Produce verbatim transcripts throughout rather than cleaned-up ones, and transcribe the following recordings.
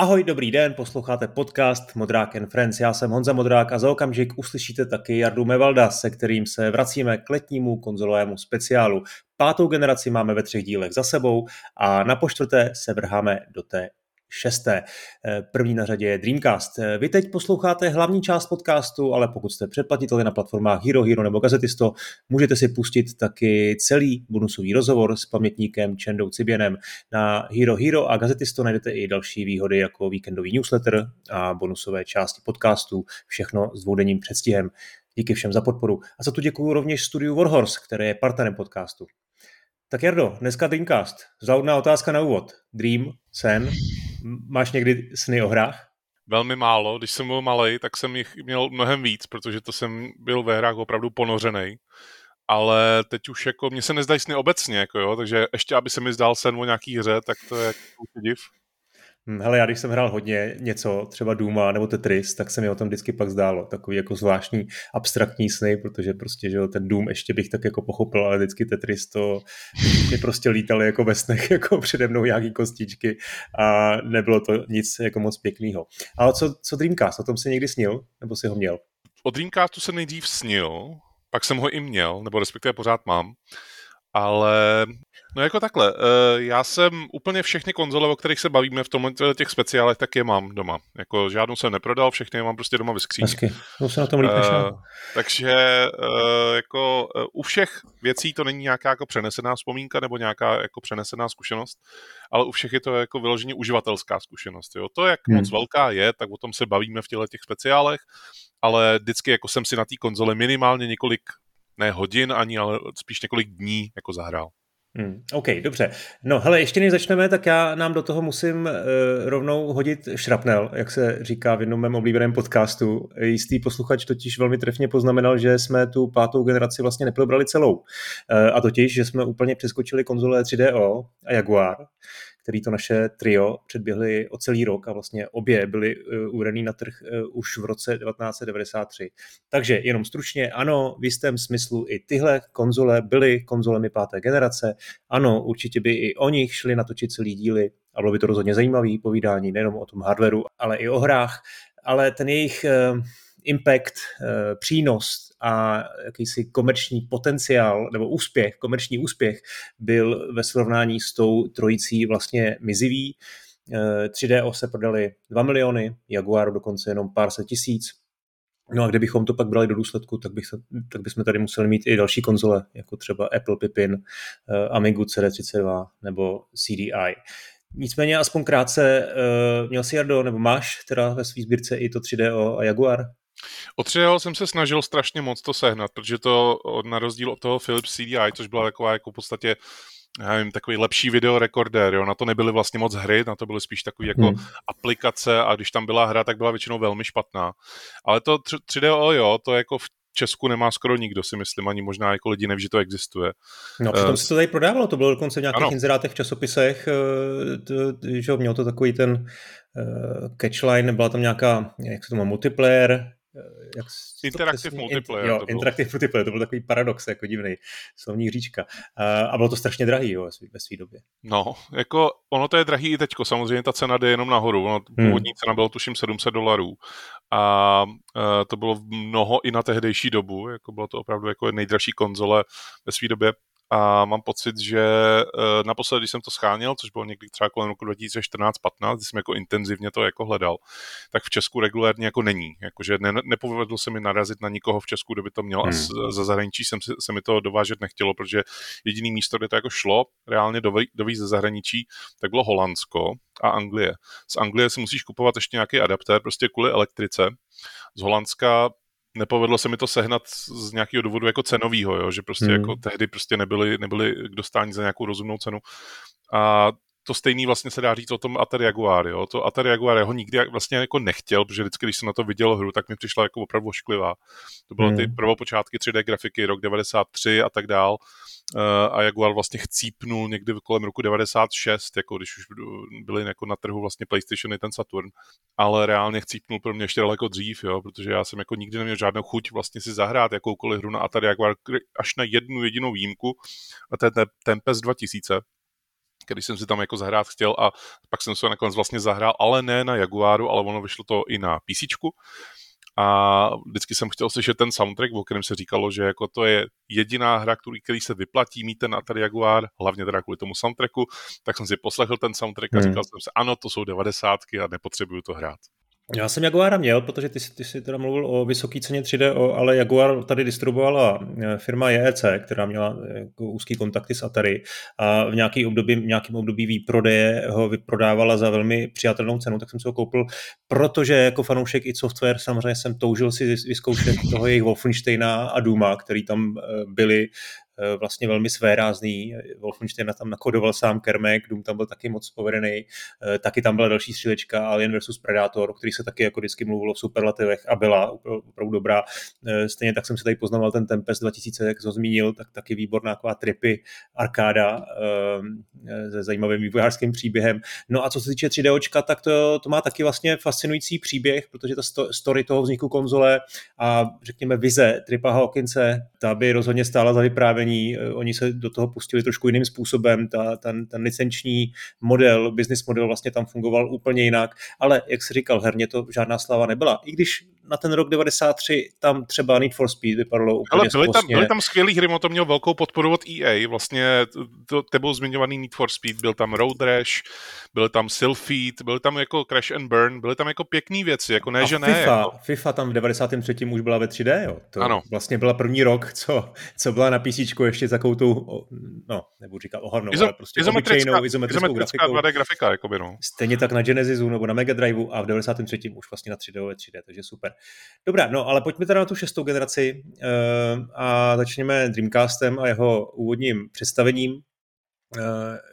Ahoj, dobrý den, posloucháte podcast Modrák and Friends. Já jsem Honza Modrák a za okamžik uslyšíte taky Jardu Mevalda, se kterým se vracíme k letnímu konzolovému speciálu. Pátou generaci máme ve třech dílech za sebou a na počtvrté se vrháme do té šesté. První na řadě je Dreamcast. Vy teď posloucháte hlavní část podcastu, ale pokud jste předplatiteli na platformách Hero Hero nebo Gazetisto, můžete si pustit taky celý bonusový rozhovor s pamětníkem Čendou Ciběnem. Na Hero Hero a Gazetisto najdete i další výhody jako víkendový newsletter a bonusové části podcastu, všechno s dvoudenním předstihem. Díky všem za podporu. A za to děkuju rovněž studiu Warhorse, které je partnerem podcastu. Tak Jardo, dneska Dreamcast. Záludná otázka na úvod. Dream, sen. Máš někdy sny o hrách? Velmi málo. Když jsem byl malej, tak jsem jich měl mnohem víc, protože to jsem byl ve hrách opravdu ponořenej. Ale teď už jako, mně se nezdají sny obecně, jako jo, takže ještě, aby se mi zdál sen o nějaký hře, tak to je jako div. Hele, já když jsem hrál hodně něco, třeba Dooma nebo Tetris, tak se mi o tom vždycky pak zdálo. Takový jako zvláštní abstraktní sny, protože prostě, že jo, ten Doom ještě bych tak jako pochopil, ale vždycky Tetris to mi prostě lítaly jako ve snech, jako přede mnou nějaký kostičky a nebylo to nic jako moc pěkného. Ale co, co Dreamcast, o tom jsi někdy snil? Nebo jsi ho měl? O Dreamcastu jsem nejdřív snil, pak jsem ho i měl, nebo respektive pořád mám. Ale no jako takhle, já jsem úplně všechny konzole, o kterých se bavíme v tomhle těch speciálech, tak je mám doma. Jako žádnou jsem neprodal, všechny je mám prostě doma ve skříni. Hezky, to se na tom líp nešel. Uh, takže uh, jako uh, u všech věcí to není nějaká jako přenesená vzpomínka nebo nějaká jako přenesená zkušenost, ale u všech je to jako vyloženě uživatelská zkušenost. Jo? To, jak hmm. moc velká je, tak o tom se bavíme v těchto těch speciálech, ale vždycky jako jsem si na té konzole minimálně několik ne hodin ani, ale spíš několik dní jako zahrál. Hmm, OK, dobře. No hele, ještě než začneme, tak já nám do toho musím uh, rovnou hodit šrapnel, jak se říká v jednom mém oblíbeném podcastu. Jistý posluchač totiž velmi trefně poznamenal, že jsme tu pátou generaci vlastně neprobrali celou. Uh, a totiž, že jsme úplně přeskočili konzole tři D O a Jaguar, který to naše trio předběhli o celý rok a vlastně obě byly uh, uvedený na trh uh, už v roce devatenáct set devadesát tři. Takže jenom stručně, ano, v jistém smyslu i tyhle konzole byly konzolemi páté generace. Ano, určitě by i o nich šli natočit celý díly a bylo by to rozhodně zajímavý povídání nejenom o tom hardwareu, ale i o hrách. Ale ten jejich uh, impact, uh, přínos a jakýsi komerční potenciál nebo úspěch, komerční úspěch byl ve srovnání s tou trojicí vlastně mizivý. tři D O se prodali dva miliony, Jaguaru dokonce jenom pár set tisíc. No a kdybychom to pak brali do důsledku, tak, bych se, tak bychom tady museli mít i další konzole, jako třeba Apple Pippin, Amigu C D třicet dva nebo C D I. Nicméně aspoň krátce, měl jsi, Jardo, nebo máš teda ve své sbírce i to tři D O a Jaguar? O tři D O jsem se snažil strašně moc to sehnat, protože to na rozdíl od toho Philips C D I, což byla taková jako v podstatě já nevím, takový lepší videorekordér, jo, na to nebyly vlastně moc hry, na to byly spíš takový jako hmm. aplikace a když tam byla hra, tak byla většinou velmi špatná. Ale to tři D O, jo, to jako v Česku nemá skoro nikdo, si myslím, ani možná jako lidi neví, že to existuje. No přitom uh, se to tady prodávalo, to bylo dokonce v nějakých ano. inzerátech v časopisech, to, že měl to takový ten uh, catchline, byla tam nějaká, jak se to má, multiplayer, jak Interactive multiplayer. Jo, interactive multiplayer, to byl takový paradox, jako divný slovní hříčka. A bylo to strašně drahý, jo, ve své době. No, jako ono to je drahý i teďko, samozřejmě ta cena jde jenom nahoru. Ono, hmm. Původní cena byla tuším sedm set dolarů. A e, to bylo mnoho i na tehdejší dobu, jako bylo to opravdu jako nejdražší konzole ve své době. A mám pocit, že e, naposledy, když jsem to scháněl, což bylo někdy třeba kolem roku dva tisíce čtrnáct patnáct, kdy jsem jako intenzivně to jako hledal, tak v Česku regulérně jako není. Jakože ne, nepovedlo se mi narazit na nikoho v Česku, kdo by to měl hmm. a za zahraničí jsem se, se mi to dovážet nechtělo, protože jediný místo, kde to jako šlo reálně dovíz ze zahraničí, tak bylo Holandsko a Anglie. Z Anglie si musíš kupovat ještě nějaký adaptér, prostě kvůli elektrice. Z Holandska nepovedlo se mi to sehnat z nějakého důvodu jako cenovýho, jo? Že prostě hmm. jako tehdy prostě nebyly, nebyly k dostání za nějakou rozumnou cenu. A to stejný vlastně se dá říct o tom Atari Jaguar, jo. To Atari Jaguar, já ho nikdy vlastně jako nechtěl, protože vždycky, když jsem na to viděl hru, tak mi přišla jako opravdu ošklivá. To bylo hmm. ty prvopočátky tři dé grafiky, rok devadesát tři a tak dál. A Jaguar vlastně chcípnul někdy kolem roku devadesát šest, jako když už byly jako na trhu vlastně PlayStation i ten Saturn, ale reálně chcípnul pro mě ještě daleko dřív, jo, protože já jsem jako nikdy neměl žádnou chuť vlastně si zahrát jakoukoliv hru na Atari Jaguar až na jednu jedinou výjimku, a to je Tempest dva tisíce, když jsem si tam jako zahrát chtěl a pak jsem se nakonec vlastně zahrál, ale ne na Jaguaru, ale ono vyšlo to i na PCčku. A vždycky jsem chtěl slyšet ten soundtrack, o kterém se říkalo, že jako to je jediná hra, který, který se vyplatí mít ten Atari Jaguar, hlavně teda kvůli tomu soundtracku, tak jsem si poslechl ten soundtrack a hmm. říkal jsem si, ano, to jsou devadesátky a nepotřebuju to hrát. Já jsem Jaguara měl, protože ty, ty jsi teda mluvil o vysoké ceně tři D O, ale Jaguar tady distribuovala firma J E C, která měla jako úzký kontakty s Atari a v nějaký období, nějakým období výprodeje ho vyprodávala za velmi přijatelnou cenu, tak jsem si ho koupil, protože jako fanoušek i software samozřejmě jsem toužil si vyzkoušet toho jejich Wolfensteina a Duma, který tam byli vlastně velmi svérázný. Wolfensteina tam nakodoval sám Kermek, Doom tam byl taky moc povedený, taky tam byla další střílečka Alien versus Predator, o který se taky jako vždycky mluvilo v superlativech a byla opravdu dobrá. Stejně tak jsem si tady poznával ten Tempest dva tisíce, jak jsem zmínil, tak taky výborná taková tripy arkáda se zajímavým vývojářským příběhem. No a co se týče tři DOčka, tak to, to má taky vlastně fascinující příběh, protože ta sto, story toho vzniku konzole a řekněme vize Tripa Hawkinse, ta by rozhodně stála za vyprávění. Oni se do toho pustili trošku jiným způsobem, ta, ten, ten licenční model, business model vlastně tam fungoval úplně jinak, ale jak jsi říkal, herně to žádná sláva nebyla. I když na ten rok devadesát tři tam třeba Need for Speed vypadalo úplně ale byly tam, skvostně. byly tam skvělý hry, to měl velkou podporu od E A, vlastně to, tebou zmiňovaný Need for Speed, byl tam Road Rash, byl tam Sylpheed, byl tam jako Crash and Burn, byly tam jako pěkný věci, jako ne, a že FIFA, ne. Jako... FIFA tam v devadesátém třetím už byla ve tři D, jo. To ano. Vlastně byla první rok, co, co byla na PCčku ještě za koutou, no, nebudu říkat ohavnou, Izo, ale prostě obyčejnou izometrickou grafikou. dva D grafika, jakoby, no. Stejně tak na Genesisu nebo na Mega Driveu a v devadesátém třetím už vlastně na tři D ve tři D, takže super. Dobrá, no ale pojďme teda na tu šestou generaci uh, a začněme Dreamcastem a jeho úvodním představením. Uh,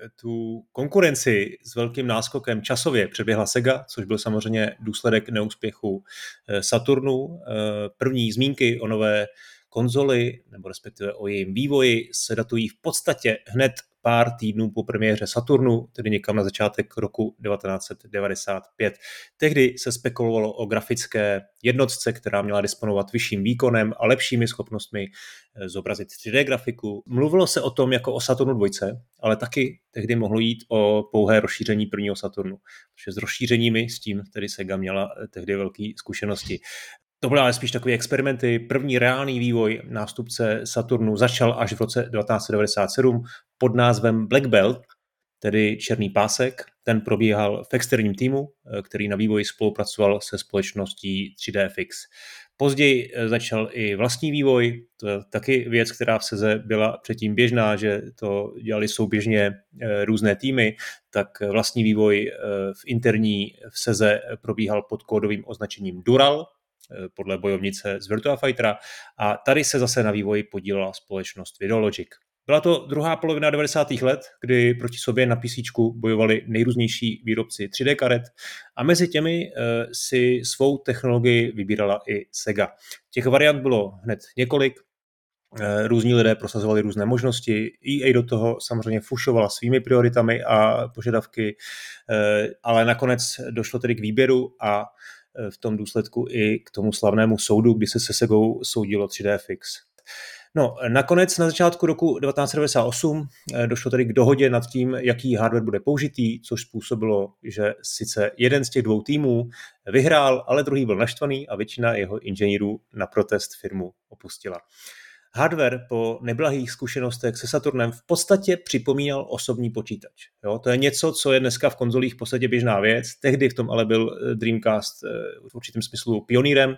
tu konkurenci s velkým náskokem časově předběhla Sega, což byl samozřejmě důsledek neúspěchu uh, Saturnu. Uh, první zmínky o nové konzoli, nebo respektive o jejím vývoji, se datují v podstatě hned pár týdnů po premiéře Saturnu, tedy někam na začátek roku devatenáct set devadesát pět. Tehdy se spekulovalo o grafické jednotce, která měla disponovat vyšším výkonem a lepšími schopnostmi zobrazit tři D grafiku. Mluvilo se o tom jako o Saturnu dva, ale taky tehdy mohlo jít o pouhé rozšíření prvního Saturnu, protože s rozšířeními s tím tedy Sega měla tehdy velké zkušenosti. To byly ale spíš takové experimenty. První reálný vývoj nástupce Saturnu začal až v roce devatenáct set devadesát sedm pod názvem Black Belt, tedy černý pásek. Ten probíhal v externím týmu, který na vývoji spolupracoval se společností tři D F X. Později začal i vlastní vývoj, to je taky věc, která v Seze byla předtím běžná, že to dělali souběžně různé týmy, tak vlastní vývoj v interní v Seze probíhal pod kódovým označením Dural, podle bojovnice z Virtua Fightera, a tady se zase na vývoji podílela společnost Videologic. Byla to druhá polovina devadesátých let, kdy proti sobě na PCčku bojovali nejrůznější výrobci tři D karet a mezi těmi e, si svou technologii vybírala i Sega. Těch variant bylo hned několik, e, různí lidé prosazovali různé možnosti, E A do toho samozřejmě fušovala svými prioritami a požadavky, e, ale nakonec došlo tedy k výběru a v tom důsledku i k tomu slavnému soudu, kdy se se Segou soudilo tři D F X. No, nakonec na začátku roku devatenáct set devadesát osm došlo tedy k dohodě nad tím, jaký hardware bude použitý, což způsobilo, že sice jeden z těch dvou týmů vyhrál, ale druhý byl naštvaný a většina jeho inženýrů na protest firmu opustila. Hardware po neblahých zkušenostech se Saturnem v podstatě připomínal osobní počítač. Jo, to je něco, co je dneska v konzolích v podstatě běžná věc. Tehdy v tom ale byl Dreamcast v určitém smyslu pionýrem.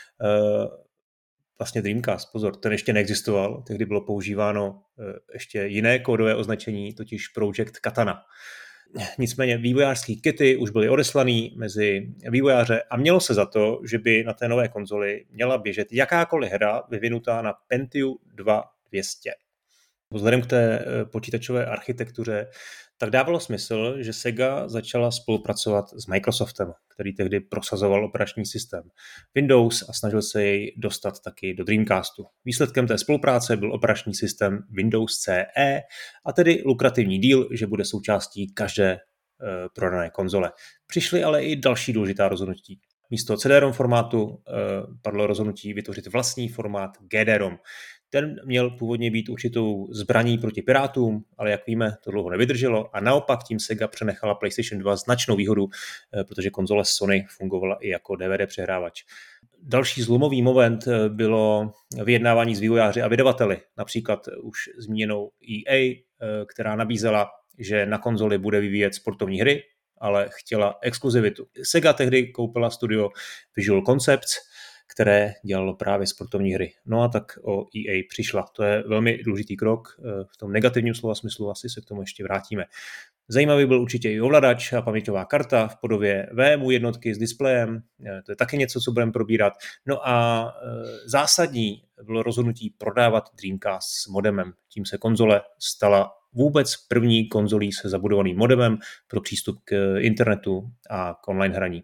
Vlastně Dreamcast, pozor, ten ještě neexistoval. Tehdy bylo používáno ještě jiné kódové označení, totiž Project Katana. Nicméně vývojářský kity už byly odeslaný mezi vývojáře a mělo se za to, že by na té nové konzoli měla běžet jakákoliv hra vyvinutá na Pentium dva dvě stě. Vzhledem k té počítačové architektuře tak dávalo smysl, že Sega začala spolupracovat s Microsoftem, který tehdy prosazoval operační systém Windows a snažil se jej dostat taky do Dreamcastu. Výsledkem té spolupráce byl operační systém Windows C E a tedy lukrativní deal, že bude součástí každé e, prodané konzole. Přišly ale i další důležitá rozhodnutí. Místo C D ROM formátu e, padlo rozhodnutí vytvořit vlastní formát G D ROM. Ten měl původně být určitou zbraní proti pirátům, ale jak víme, to dlouho nevydrželo a naopak tím Sega přenechala PlayStation dva značnou výhodu, protože konzole Sony fungovala i jako D V D přehrávač. Další zlomový moment bylo vyjednávání s vývojáři a vydavateli, například už zmíněnou E A, která nabízela, že na konzoli bude vyvíjet sportovní hry, ale chtěla exkluzivitu. Sega tehdy koupila studio Visual Concepts, které dělalo právě sportovní hry. No a tak o E A přišla. To je velmi důležitý krok. V tom negativním slova smyslu asi se k tomu ještě vrátíme. Zajímavý byl určitě i ovladač a paměťová karta v podobě V M U jednotky s displejem. To je taky něco, co budeme probírat. No a zásadní bylo rozhodnutí prodávat Dreamcast s modemem. Tím se konzole stala vůbec první konzolí se zabudovaným modemem pro přístup k internetu a k online hraní.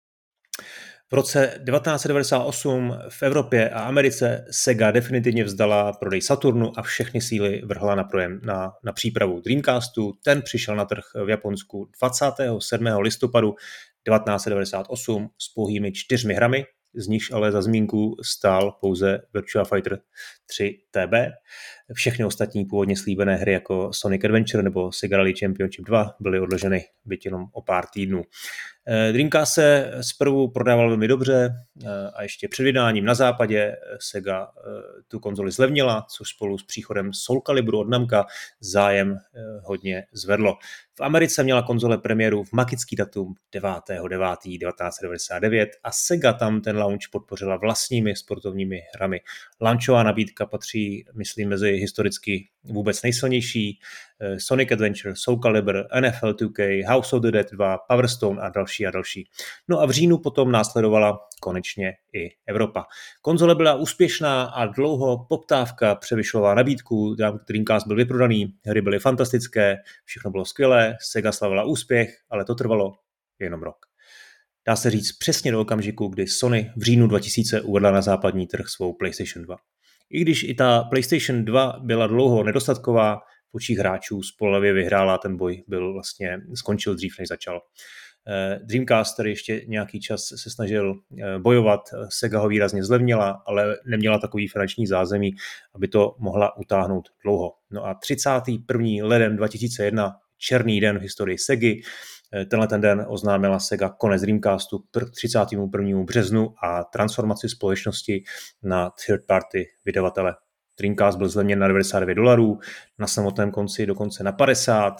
V roce devatenáct set devadesát osm v Evropě a Americe Sega definitivně vzdala prodej Saturnu a všechny síly vrhla na, projem, na, na přípravu Dreamcastu. Ten přišel na trh v Japonsku dvacátého sedmého listopadu devatenáct set devadesát osm s pouhými čtyřmi hrami, z nichž ale za zmínku stál pouze Virtua Fighter tři T B. Všechny ostatní původně slíbené hry jako Sonic Adventure nebo Sega Rally Championship dva byly odloženy byť jenom o pár týdnů. Dreamcast se zprvu prodával velmi dobře a ještě před vydáním na západě Sega tu konzoli zlevnila, což spolu s příchodem Soul Caliburu od Namca zájem hodně zvedlo. V Americe měla konzole premiéru v magický datum devátého devátého devatenáct set devadesát devět a Sega tam ten launch podpořila vlastními sportovními hrami. Launchová nabídka patří, myslím, mezi historicky vůbec nejsilnější. Sonic Adventure, Soul Calibur, N F L two K, House of the Dead dva, Power Stone a další a další. No a v říjnu potom následovala konečně i Evropa. Konzole byla úspěšná a dlouho poptávka převyšovala nabídku, Dreamcast byl vyprodaný, hry byly fantastické, všechno bylo skvělé, Sega slavila úspěch, ale to trvalo jenom rok. Dá se říct přesně do okamžiku, kdy Sony v říjnu dva tisíce uvedla na západní trh svou PlayStation dva. I když i ta PlayStation dva byla dlouho nedostatková, v očích hráčů spolehlivě vyhrála, ten boj byl vlastně, skončil dřív, než začal. Dreamcast, který ještě nějaký čas se snažil bojovat, Sega ho výrazně zlevnila, ale neměla takový finanční zázemí, aby to mohla utáhnout dlouho. No a třicátého prvního ledna dva tisíce jedna, černý den v historii Segy, tenhle ten den oznámila Sega konec Dreamcastu třicátého prvního březnu a transformaci společnosti na third party vydavatele. Dreamcast byl zlevněn na devadesát devět dolarů, na samotném konci dokonce na padesát.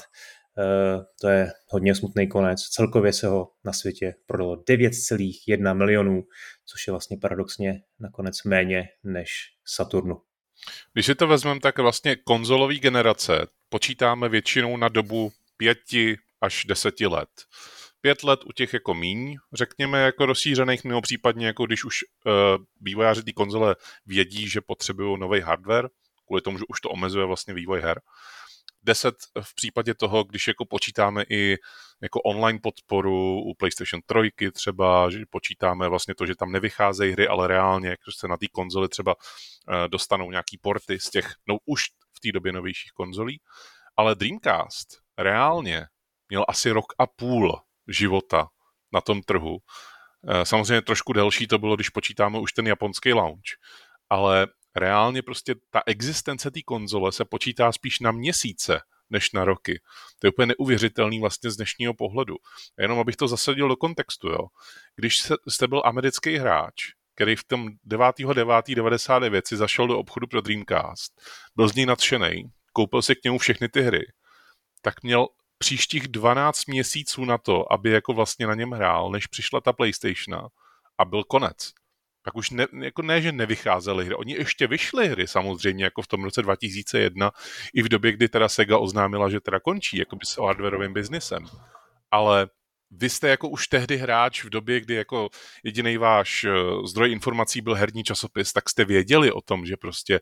To je hodně smutný konec. Celkově se ho na světě prodalo devět celá jedna milionů, což je vlastně paradoxně nakonec méně než Saturnu. Když si to vezmeme, tak vlastně konzolový generace počítáme většinou na dobu pěti až deseti let. Pět let u těch jako míň, řekněme, jako rozšířených, nebo případně jako když už uh, vývojáři té konzole vědí, že potřebují nový hardware, kvůli tomu, že už to omezuje vlastně vývoj her. Deset v případě toho, když jako počítáme i jako online podporu u PlayStation tři třeba, že počítáme vlastně to, že tam nevycházejí hry, ale reálně, jak se na té konzoli třeba uh, dostanou nějaký porty z těch, no už v té době novějších konzolí. Ale Dreamcast reálně měl asi rok a půl života na tom trhu. Samozřejmě trošku delší to bylo, když počítáme už ten japonský launch, ale reálně prostě ta existence té konzole se počítá spíš na měsíce, než na roky. To je úplně neuvěřitelný vlastně z dnešního pohledu. Jenom abych to zasadil do kontextu, jo. Když jste byl americký hráč, který v tom devátého devátého devadesát devět si zašel do obchodu pro Dreamcast, byl z něj nadšenej, koupil si k němu všechny ty hry, tak měl příštích dvanáct měsíců na to, aby jako vlastně na něm hrál, než přišla ta PlayStation a byl konec. Tak už ne, jako ne, že nevycházely hry. Oni ještě vyšly hry samozřejmě jako v tom roce dva tisíce jedna, i v době, kdy teda Sega oznámila, že teda končí jakoby s hardwarovým biznisem. Ale vy jste jako už tehdy hráč v době, kdy jako jediný váš zdroj informací byl herní časopis, tak jste věděli o tom, že prostě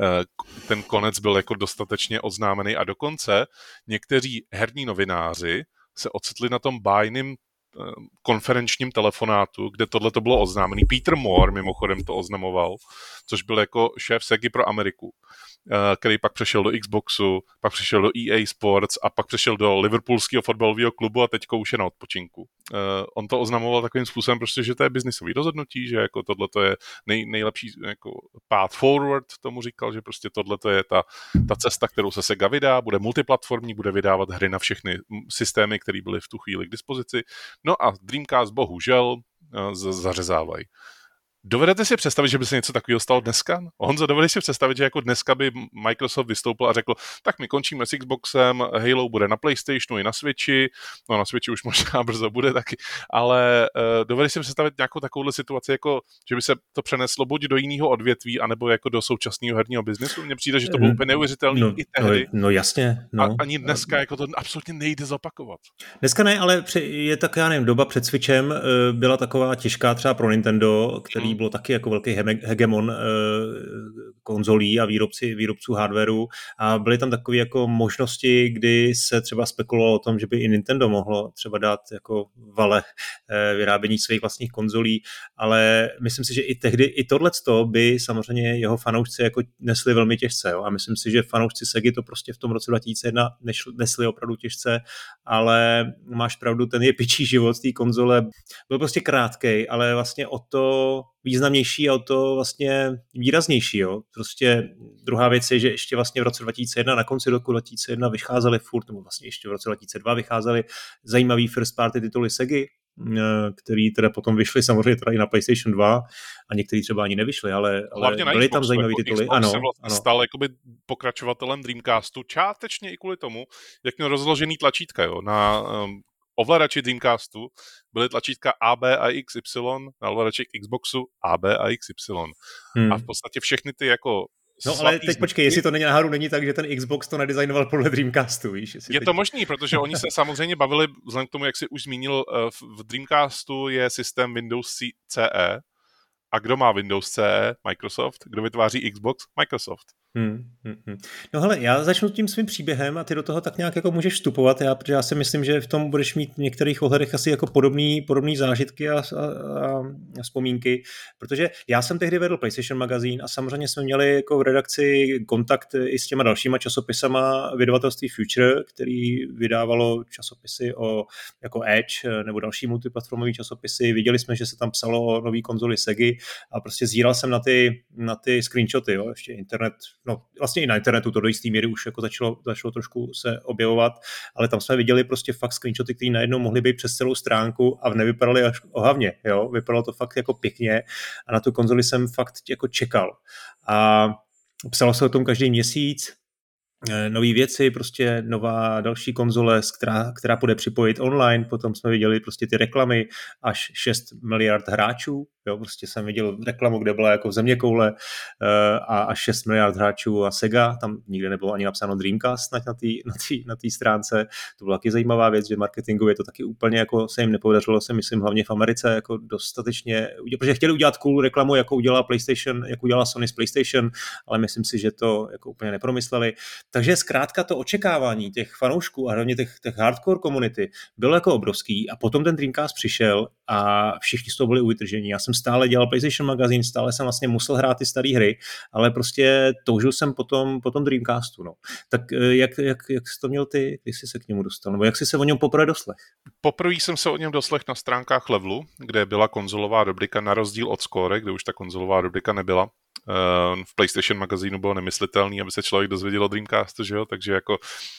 ten konec byl jako dostatečně oznámený a dokonce někteří herní novináři se ocitli na tom bájným konferenčním telefonátu, kde tohle to bylo oznámený. Peter Moore mimochodem to oznamoval, což byl jako šéf Segy pro Ameriku, který pak přešel do Xboxu, pak přešel do E A Sports a pak přešel do Liverpoolského fotbalového klubu a teďko už je na odpočinku. Uh, on to oznamoval takovým způsobem, prostě, že to je biznisový rozhodnutí, že jako tohle to je nej, nejlepší jako path forward, tomu říkal, že prostě tohle to je ta, ta cesta, kterou se Sega vydá, bude multiplatformní, bude vydávat hry na všechny systémy, které byly v tu chvíli k dispozici. No a Dreamcast bohužel uh, zařezávají. Dovedete si představit, že by se něco takového stalo dneska? Honzo, dovedete si představit, že jako dneska by Microsoft vystoupil a řekl, tak my končíme s Xboxem, Halo bude na PlayStationu i na Switchi, no na Switchi už možná brzo bude taky, ale uh, dovedete si představit nějakou takovouhle situaci, jako že by se to přeneslo buď do jiného odvětví, anebo jako do současného herního biznesu? Mně přijde, že to bylo úplně neuvěřitelné no, i tehdy. No, no jasně. No. A ani dneska jako to absolutně nejde zopakovat. Dneska ne, ale je tak, já nevím, doba před Switchem byla taková těžká třeba pro Nintendo, který bylo taky jako velký hegemon konzolí a výrobci, výrobců hardwareu a byly tam takové jako možnosti, kdy se třeba spekulovalo o tom, že by i Nintendo mohlo třeba dát jako vale vyrábění svých vlastních konzolí, ale myslím si, že i tehdy, i tohleto by samozřejmě jeho fanoušci jako nesli velmi těžce, jo? A myslím si, že fanoušci Segy to prostě v tom roce dva tisíce jedna nesli opravdu těžce, ale máš pravdu, ten je pičí život té konzole byl prostě krátkej, ale vlastně o to významnější a o to vlastně výraznější. Jo. Prostě druhá věc je, že ještě vlastně v roce dva tisíce jedna, na konci roku dva tisíce jedna vycházely furt, nebo vlastně ještě v roce dva tisíce dva vycházely zajímavý first party tituly Segy, který teda potom vyšly samozřejmě teda i na PlayStation dva a některý třeba ani nevyšly, ale, ale byly Xbox, tam zajímavé jako tituly. Xbox ano, se vlastně ano. stal jakoby pokračovatelem Dreamcastu, částečně i kvůli tomu, jak měl rozložený tlačítka, jo, na um, ovladači Dreamcastu byly tlačítka A, B a X Y, na ovladačích Xboxu A, B a X Y. Hmm. A v podstatě všechny ty jako No ale teď počkej, jestli to není náhodou není tak, že ten Xbox to nadizajnoval podle Dreamcastu, víš? Je teď... to možný, protože oni se samozřejmě bavili, vzhledem k tomu, jak jsi už zmínil, v Dreamcastu je systém Windows C E. A kdo má Windows C E? Microsoft. Kdo vytváří Xbox? Microsoft. Hmm, hmm, hmm. No hele, já začnu tím svým příběhem a ty do toho tak nějak jako můžeš vstupovat, já, protože já si myslím, že v tom budeš mít v některých ohledech asi jako podobný, podobný zážitky a, a, a, a vzpomínky, protože já jsem tehdy vedl PlayStation magazín a samozřejmě jsme měli jako v redakci kontakt i s těma dalšíma časopisama vydavatelství Future, který vydávalo časopisy o jako Edge nebo další multiplatformové časopisy, viděli jsme, že se tam psalo o nový konzoli Segy a prostě zíral jsem na ty, na ty screenshoty, jo, ještě internet. No, vlastně i na internetu to do jistý míry už jako začalo, začalo trošku se objevovat, ale tam jsme viděli prostě fakt screenshoty, které najednou mohly být přes celou stránku a nevypadaly až ohavně, jo, vypadalo to fakt jako pěkně a na tu konzoli jsem fakt jako čekal. A psalo se o tom každý měsíc, nové věci, prostě nová další konzole, která, která bude připojit online, potom jsme viděli prostě ty reklamy, až šest miliard hráčů, jo, prostě jsem viděl reklamu, kde byla jako v zeměkoule a až šest miliard hráčů a Sega, tam nikde nebylo ani napsáno Dreamcast na té na na té stránce, to byla taky zajímavá věc, že marketingově to taky úplně jako se jim nepodařilo, se myslím hlavně v Americe jako dostatečně, protože chtěli udělat cool reklamu, jako udělala PlayStation, jako udělala Sony s PlayStation, ale myslím si, že to jako úplně nepromysleli. Takže zkrátka to očekávání těch fanoušků a hlavně těch, těch hardcore komunity bylo jako obrovský a potom ten Dreamcast přišel a všichni z toho byli uvytržení. Já jsem stále dělal PlayStation magazín, stále jsem vlastně musel hrát ty staré hry, ale prostě toužil jsem potom, potom Dreamcastu. No. Tak jak, jak, jak jsi to měl ty, když jsi se k němu dostal? Nebo jak jsi se o něm poprvé doslech? Poprvé jsem se o něm doslech na stránkách Levelu, kde byla konzolová rubrika na rozdíl od Score, kde už ta konzolová rubrika nebyla. V PlayStation magazínu bylo nemyslitelný, aby se člověk dozvěděl o Dreamcastu, že jo? Takže jako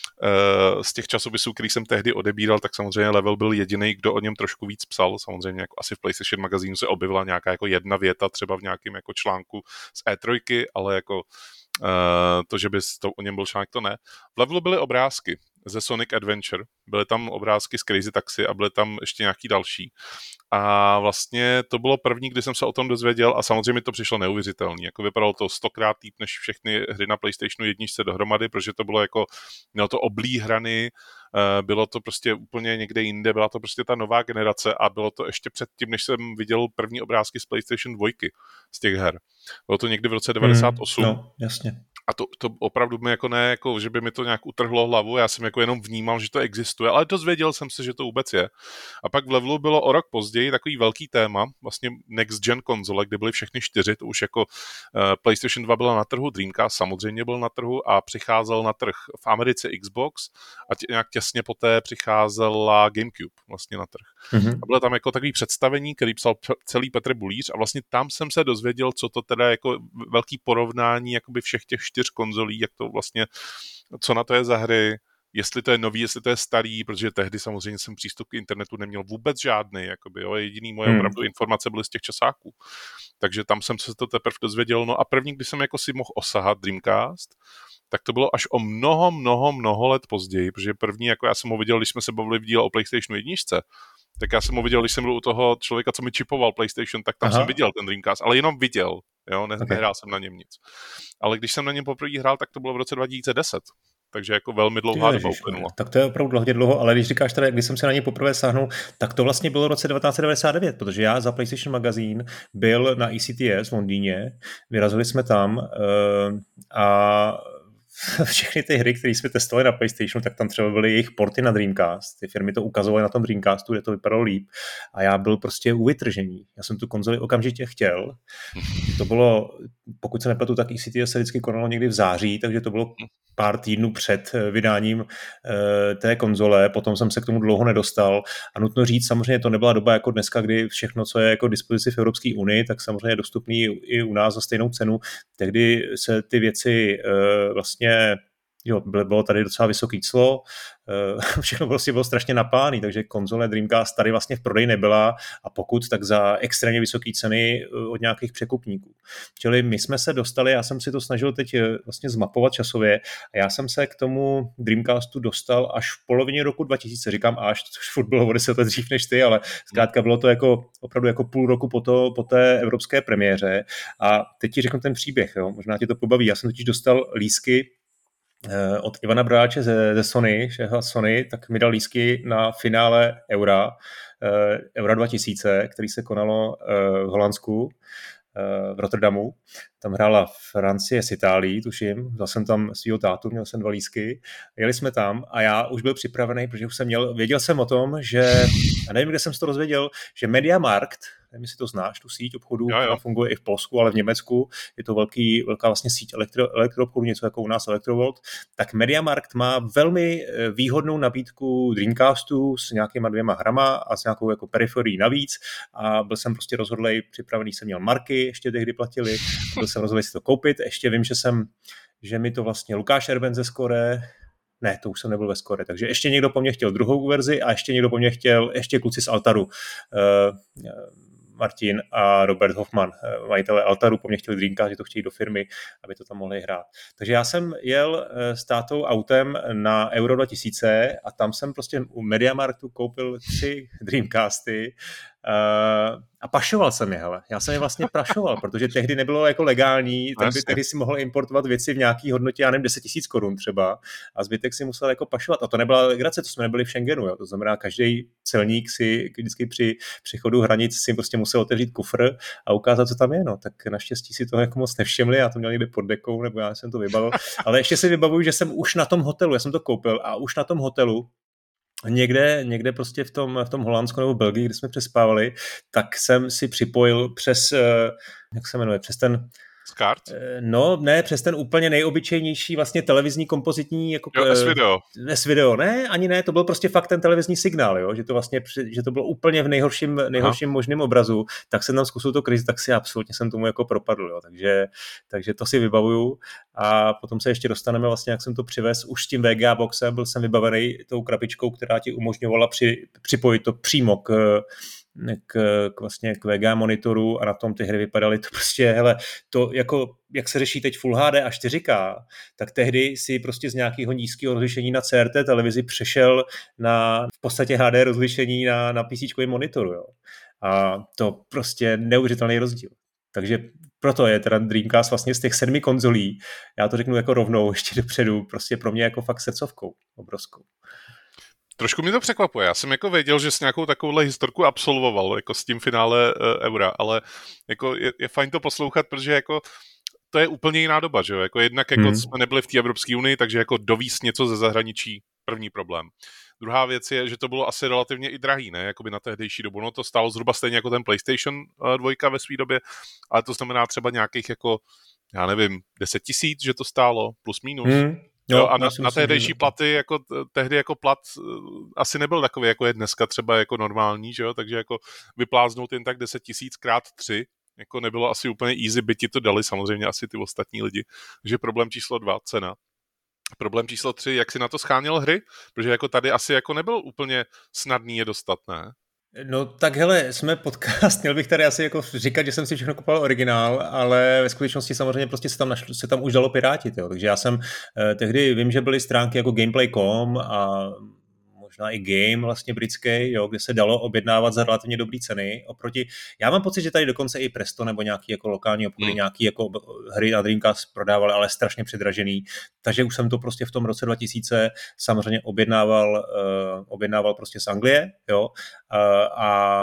z těch časopisů, který jsem tehdy odebíral, tak samozřejmě Level byl jediný, kdo o něm trošku víc psal. Samozřejmě jako asi v PlayStation magazínu se objevila nějaká jako jedna věta třeba v nějakém jako článku z E tři, ale jako to, že by to o něm byl článek, to ne. V Levelu byly obrázky ze Sonic Adventure, byly tam obrázky z Crazy Taxi a byly tam ještě nějaký další. A vlastně to bylo první, kdy jsem se o tom dozvěděl a samozřejmě to přišlo neuvěřitelný. Jako vypadalo to stokrát líp než všechny hry na PlayStationu jedničce dohromady, protože to bylo jako, mělo to oblí hrany, bylo to prostě úplně někde jinde, byla to prostě ta nová generace a bylo to ještě předtím, než jsem viděl první obrázky z PlayStation dva z těch her. Bylo to někdy v roce devadesát osm. Hmm, no, jasně. a to, to opravdu mi jako ne, jako, že by mi to nějak utrhlo hlavu, já jsem jako jenom vnímal, že to existuje, ale dozvěděl jsem se, že to vůbec je. A pak v Levelu bylo o rok později takový velký téma, vlastně next gen konzole, kde byly všechny čtyři, to už jako uh, PlayStation dva byla na trhu, Dreamcast samozřejmě byl na trhu a přicházel na trh v Americe Xbox a tě, nějak těsně poté přicházela GameCube vlastně na trh. Mm-hmm. A bylo tam jako takový představení, který psal celý Petr Bulíř a vlastně tam jsem se dozvěděl, co to teda jako velký porovnání jakoby všech těch čtyř konzolí, jak to vlastně, co na to je za hry, jestli to je nový, jestli to je starý, protože tehdy samozřejmě jsem přístup k internetu neměl vůbec žádný, jakoby, jo, jediný moje hmm. opravdu informace byly z těch časáků. Takže tam jsem se to teprve dozvěděl, no a první, když jsem jako si mohl osahat Dreamcast, tak to bylo až o mnoho, mnoho, mnoho let později, protože první, jako já jsem ho viděl, když jsme se bavili v díle o PlayStationu jedničce, tak já jsem ho viděl, když jsem byl u toho člověka, co mi čipoval PlayStation, tak tam Aha. jsem viděl ten Dreamcast, ale jenom viděl, jo, ne, okay. nehrál jsem na něm nic. Ale když jsem na něm poprvé hrál, tak to bylo v roce dva tisíce deset. Takže jako velmi dlouhá doba uplynula. Tak to je opravdu hodně dlouho, ale když říkáš teda, když jsem se na ně poprvé sáhnul, tak to vlastně bylo v roce devatenáct set devadesát devět, protože já za PlayStation Magazine byl na E C T S v Londýně, vyrazili jsme tam uh, a všechny ty hry, které jsme testovali na PlayStationu, tak tam třeba byly jejich porty na Dreamcast. Ty firmy to ukazovaly na tom Dreamcastu, kde to vypadalo líp. A já byl prostě u vytržení. Já jsem tu konzoli okamžitě chtěl. To bylo, pokud se nepletu, tak E C T S se vždycky konalo někdy v září, takže to bylo pár týdnů před vydáním e, té konzole. Potom jsem se k tomu dlouho nedostal. A nutno říct, samozřejmě to nebyla doba jako dneska, kdy všechno, co je jako dispozici v Evropské unii, tak samozřejmě je dostupný i u nás za stejnou cenu. Tehdy se ty věci e, vlastně jo, bylo tady docela vysoký clo, všechno prostě bylo strašně napálený, takže konzole Dreamcast tady vlastně v prodeji nebyla a pokud, tak za extrémně vysoké ceny od nějakých překupníků. Čili my jsme se dostali, já jsem si to snažil teď vlastně zmapovat časově a já jsem se k tomu Dreamcastu dostal až v polovině roku dva tisíce, říkám až, což furt bylo o deset let dřív než ty, ale zkrátka bylo to jako opravdu jako půl roku po, to, po té evropské premiéře a teď ti řeknu ten příběh, jo? Možná tě to pobaví, já jsem totiž dostal lístky od Ivana Brodáče ze, ze Sony, šéfa Sony, tak mi dal lístky na finále Eura, Eura dva tisíce, který se konalo v Holandsku, v Rotterdamu. Tam hrála Francie s Itálií, tuším. Vzal jsem tam svýho tátu, měl jsem dva lístky. Jeli jsme tam a já už byl připravený, protože už jsem měl, věděl jsem o tom, že, a nevím, kde jsem to dozvěděl, že Mediamarkt, nevím, jestli to znáš, tu síť obchodů, která funguje i v Polsku, ale v Německu, je to velký, velká vlastně síť elektro, elektroobchodů, něco jako u nás Electrovolt, tak Mediamarkt má velmi výhodnou nabídku Dreamcastu s nějakýma dvěma hrama a s nějakou jako periferií navíc a byl jsem prostě rozhodlej, připravený jsem měl marky, ještě tehdy platili, byl jsem rozhodlej si to koupit, ještě vím, že jsem, že mi to vlastně Lukáš Erben ze Skore, ne, to už jsem nebyl ve Skore, takže ještě někdo po mně chtěl druhou verzi a ještě někdo po mně chtěl, ještě kluci z Altaru, uh, Martin a Robert Hoffman, majitelé Altaru, po mně chtěli Dreamcast, že to chtějí do firmy, aby to tam mohli hrát. Takže já jsem jel s tátou autem na Euro dva tisíce a tam jsem prostě u Mediamarktu koupil tři Dreamcasty uh, a pašoval jsem je, hele. Já jsem je vlastně pašoval, protože tehdy nebylo jako legální, tak by tehdy si mohl importovat věci v nějaký hodnotě, já nevím, deset tisíc korun třeba a zbytek si musel jako pašovat. A to nebyla legrace, to jsme nebyli v Schengenu, jo. To znamená, každý celník si vždycky při přechodu hranic si prostě musel otevřít kufr a ukázat, co tam je, no. Tak naštěstí si toho jako moc nevšimli, já to měl někde pod dekou, nebo já jsem to vybavil. Ale ještě si vybavuju, že jsem už na tom hotelu, já jsem to koupil a už na tom hotelu Někde, někde prostě v tom, v tom Holandsku nebo Belgii, kde jsme přespávali, tak jsem si připojil přes, jak se jmenuje, přes ten Skart? No, ne, přes ten úplně nejobyčejnější vlastně televizní kompozitní jako jo, S-video. S-video, ne, ani ne, to byl prostě fakt ten televizní signál, jo, že to vlastně, že to bylo úplně v nejhorším, nejhorším možném obrazu, tak jsem tam zkusil to krizi, tak si absolutně jsem tomu jako propadl, jo, takže, takže to si vybavuju a potom se ještě dostaneme vlastně, jak jsem to přivez už s tím V G A boxem, byl jsem vybavený tou krabičkou, která ti umožňovala při, připojit to přímo k K, k, vlastně k V G A monitoru a na tom ty hry vypadaly to prostě, hele, to jako, jak se řeší teď Full H D a čtyři K, tak tehdy si prostě z nějakého nízkého rozlišení na C R T televizi přešel na v podstatě H D rozlišení na, na PCčkovém monitoru, jo. A to prostě neuvěřitelný rozdíl. Takže proto je teda Dreamcast vlastně z těch sedmi konzolí, já to řeknu jako rovnou ještě dopředu, prostě pro mě jako fakt srdcovkou obrovskou. Trošku mě to překvapuje. Já jsem jako věděl, že s nějakou takovouhle historku absolvoval, jako s tím finále uh, Eura, ale jako je, je fajn to poslouchat, protože jako to je úplně jiná doba, že jo, jako jednak jako hmm. jsme nebyli v té Evropské unii, takže jako dovízt něco ze zahraničí, první problém. Druhá věc je, že to bylo asi relativně i drahý, ne, jakoby na tehdejší dobu, no to stálo zhruba stejně jako ten PlayStation dva ve své době, ale to znamená třeba nějakých jako, já nevím, deset tisíc, že to stálo, plus minus. Hmm. Jo, jo, a na, na tehdejší platy, jako tehdy jako plat asi nebyl takový, jako je dneska třeba jako normální, že jo, takže jako vypláznout jen tak deset tisíc krát tři, jako nebylo asi úplně easy, by ti to dali samozřejmě asi ty ostatní lidi. Takže problém číslo dva, cena. Problém číslo tři, jak si na to scháněl hry, protože jako tady asi jako nebyl úplně snadný je dostat, ne? No tak hele, jsme podcast, měl bych tady asi jako říkat, že jsem si všechno kupoval originál, ale ve skutečnosti samozřejmě prostě se tam, našlo, se tam už dalo pirátit, jo. Takže já jsem eh, tehdy, vím, že byly stránky jako gameplay tečka com a možná i Game vlastně britský, jo, kde se dalo objednávat za relativně dobré ceny. Oproti, já mám pocit, že tady dokonce i Presto nebo nějaký jako lokální obchody, hmm. nějaký jako hry na Dreamcast prodávali, ale strašně předražený. Takže už jsem to prostě v tom roce dva tisíce samozřejmě objednával, uh, objednával prostě z Anglie, jo, uh, a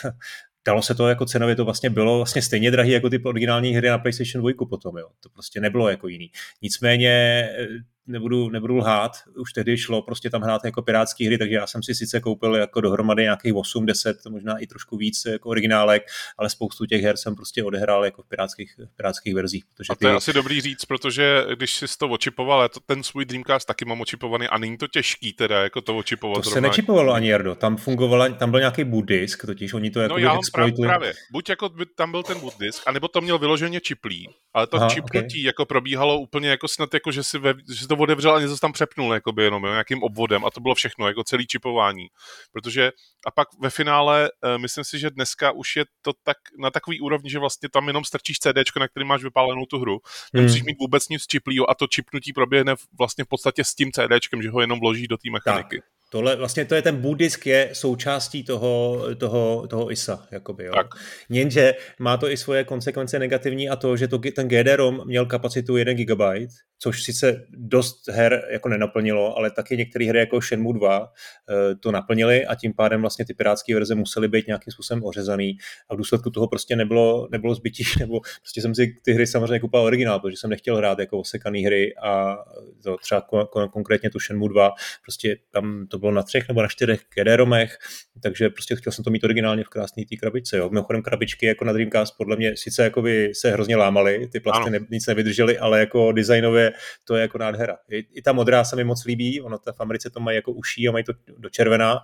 dalo se to jako cenově, to vlastně bylo vlastně stejně drahý jako ty originální hry na PlayStation dva potom, jo. To prostě nebylo jako jiný. Nicméně nebudu, nebudu lhát, už tehdy šlo prostě tam hrát jako pirátský hry, takže já jsem si sice koupil jako dohromady nějakých osm deset, možná i trošku víc jako originálek, ale spoustu těch her jsem prostě odehrál jako v pirátských, v pirátských verzích. Protože a to ty... je asi dobrý říct, protože když jsi to očipoval, já to, ten svůj Dreamcast taky mám očipovaný a není to těžký teda, jako to očipovat. To se nečipovalo ani, Jardo, tam fungovala, tam byl nějaký boot disk, totiž oni to jako no, já exploitli. Právě, buď jako by tam byl ten boot disk, anebo to měl vyloženě čiplý, ale to Aha, čipnutí okay. jako probíhalo úplně jako snad jako, že si, ve, že si to otevřel a něco tam přepnul, jakoby jenom, jo, nějakým obvodem a to bylo všechno, jako celý čipování. Protože a pak ve finále, uh, myslím si, že dneska už je to tak na takový úrovni, že vlastně tam jenom strčíš CDčko, na kterém máš vypálenou tu hru. Nemusíš hmm. mít vůbec nic čiplýho a to čipnutí proběhne vlastně v podstatě s tím CDčkem, že ho jenom vloží do té mechaniky. Tak. Tohle vlastně to je ten boot disk, je součástí toho, toho, toho I S A, jakoby, jo. Tak. Jenže má to i svoje konsekvence negativní a to, že to, ten G D ROM měl kapacitu jeden gigabajt, což sice dost her jako nenaplnilo, ale taky některé hry jako Shenmue dva to naplnily a tím pádem vlastně ty pirátské verze musely být nějakým způsobem ořezaný a v důsledku toho prostě nebylo, nebylo zbytí, nebo prostě jsem si ty hry samozřejmě koupil originál, protože jsem nechtěl hrát jako osekaný hry a to třeba kon- konkrétně tu Shenmue dva, prostě tam to bylo na třech nebo na čtyřech G D ROMech, takže prostě chtěl jsem to mít originálně v krásné té krabičce. Jo. Mimochodem krabičky jako na Dreamcast podle mě sice jakoby se hrozně lámaly, ty plasty ne, nic nevydržely, ale jako designově to je jako nádhera. I, i ta modrá se mi moc líbí, ono ta v Americe to mají jako uší a mají to do červená,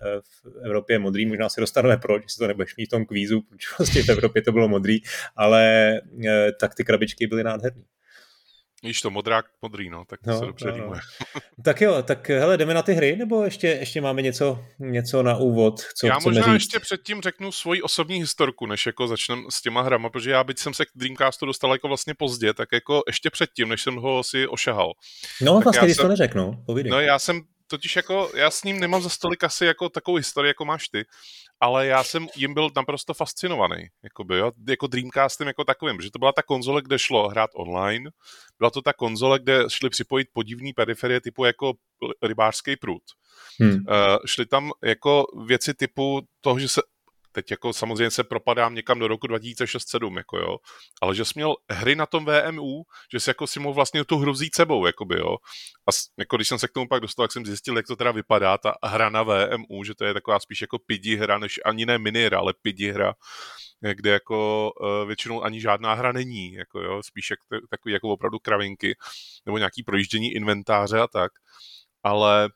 v Evropě je modrý, možná si dostaneme proč, jestli to nebudeš mít v tom kvízu, protože vlastně v Evropě to bylo modrý, ale tak ty krabičky byly nádherný. Víš to, modrák, modrý, no, tak to no, se dobře no, rýmuje. No. Tak jo, tak hele, jdeme na ty hry, nebo ještě, ještě máme něco, něco na úvod, co já chceme možná říct? ještě předtím řeknu svoji osobní historku, než jako začneme s těma hrama, protože já byť jsem se k Dreamcastu dostal jako vlastně pozdě, tak jako ještě předtím, než jsem ho si ošahal. No tak vlastně, když to neřeknu, povídej. No já jsem totiž jako, já s ním nemám za stolik asi jako takovou historii, jako máš ty, ale já jsem jim byl naprosto fascinovaný, jakoby, jo, jako Dreamcastem jako takovým, že to byla ta konzole, kde šlo hrát online, byla to ta konzole, kde šli připojit podivný periferie typu jako rybářský prut. Hmm. Uh, šli tam jako věci typu toho, že se teď jako samozřejmě se propadám někam do roku dva tisíce šest sedm, jako jo, ale že jsi měl hry na tom V M U, že jsi jako si mohl vlastně tu hru vzít sebou, jakoby, jo. A jako když jsem se k tomu pak dostal, tak jsem zjistil, jak to teda vypadá, ta hra na V M U, že to je taková spíš jako pidi hra, než ani ne mini hra, ale pidi hra, kde jako uh, většinou ani žádná hra není, jako jo, spíš jak t- takový jako opravdu kravinky, nebo nějaký projíždění inventáře a tak, ale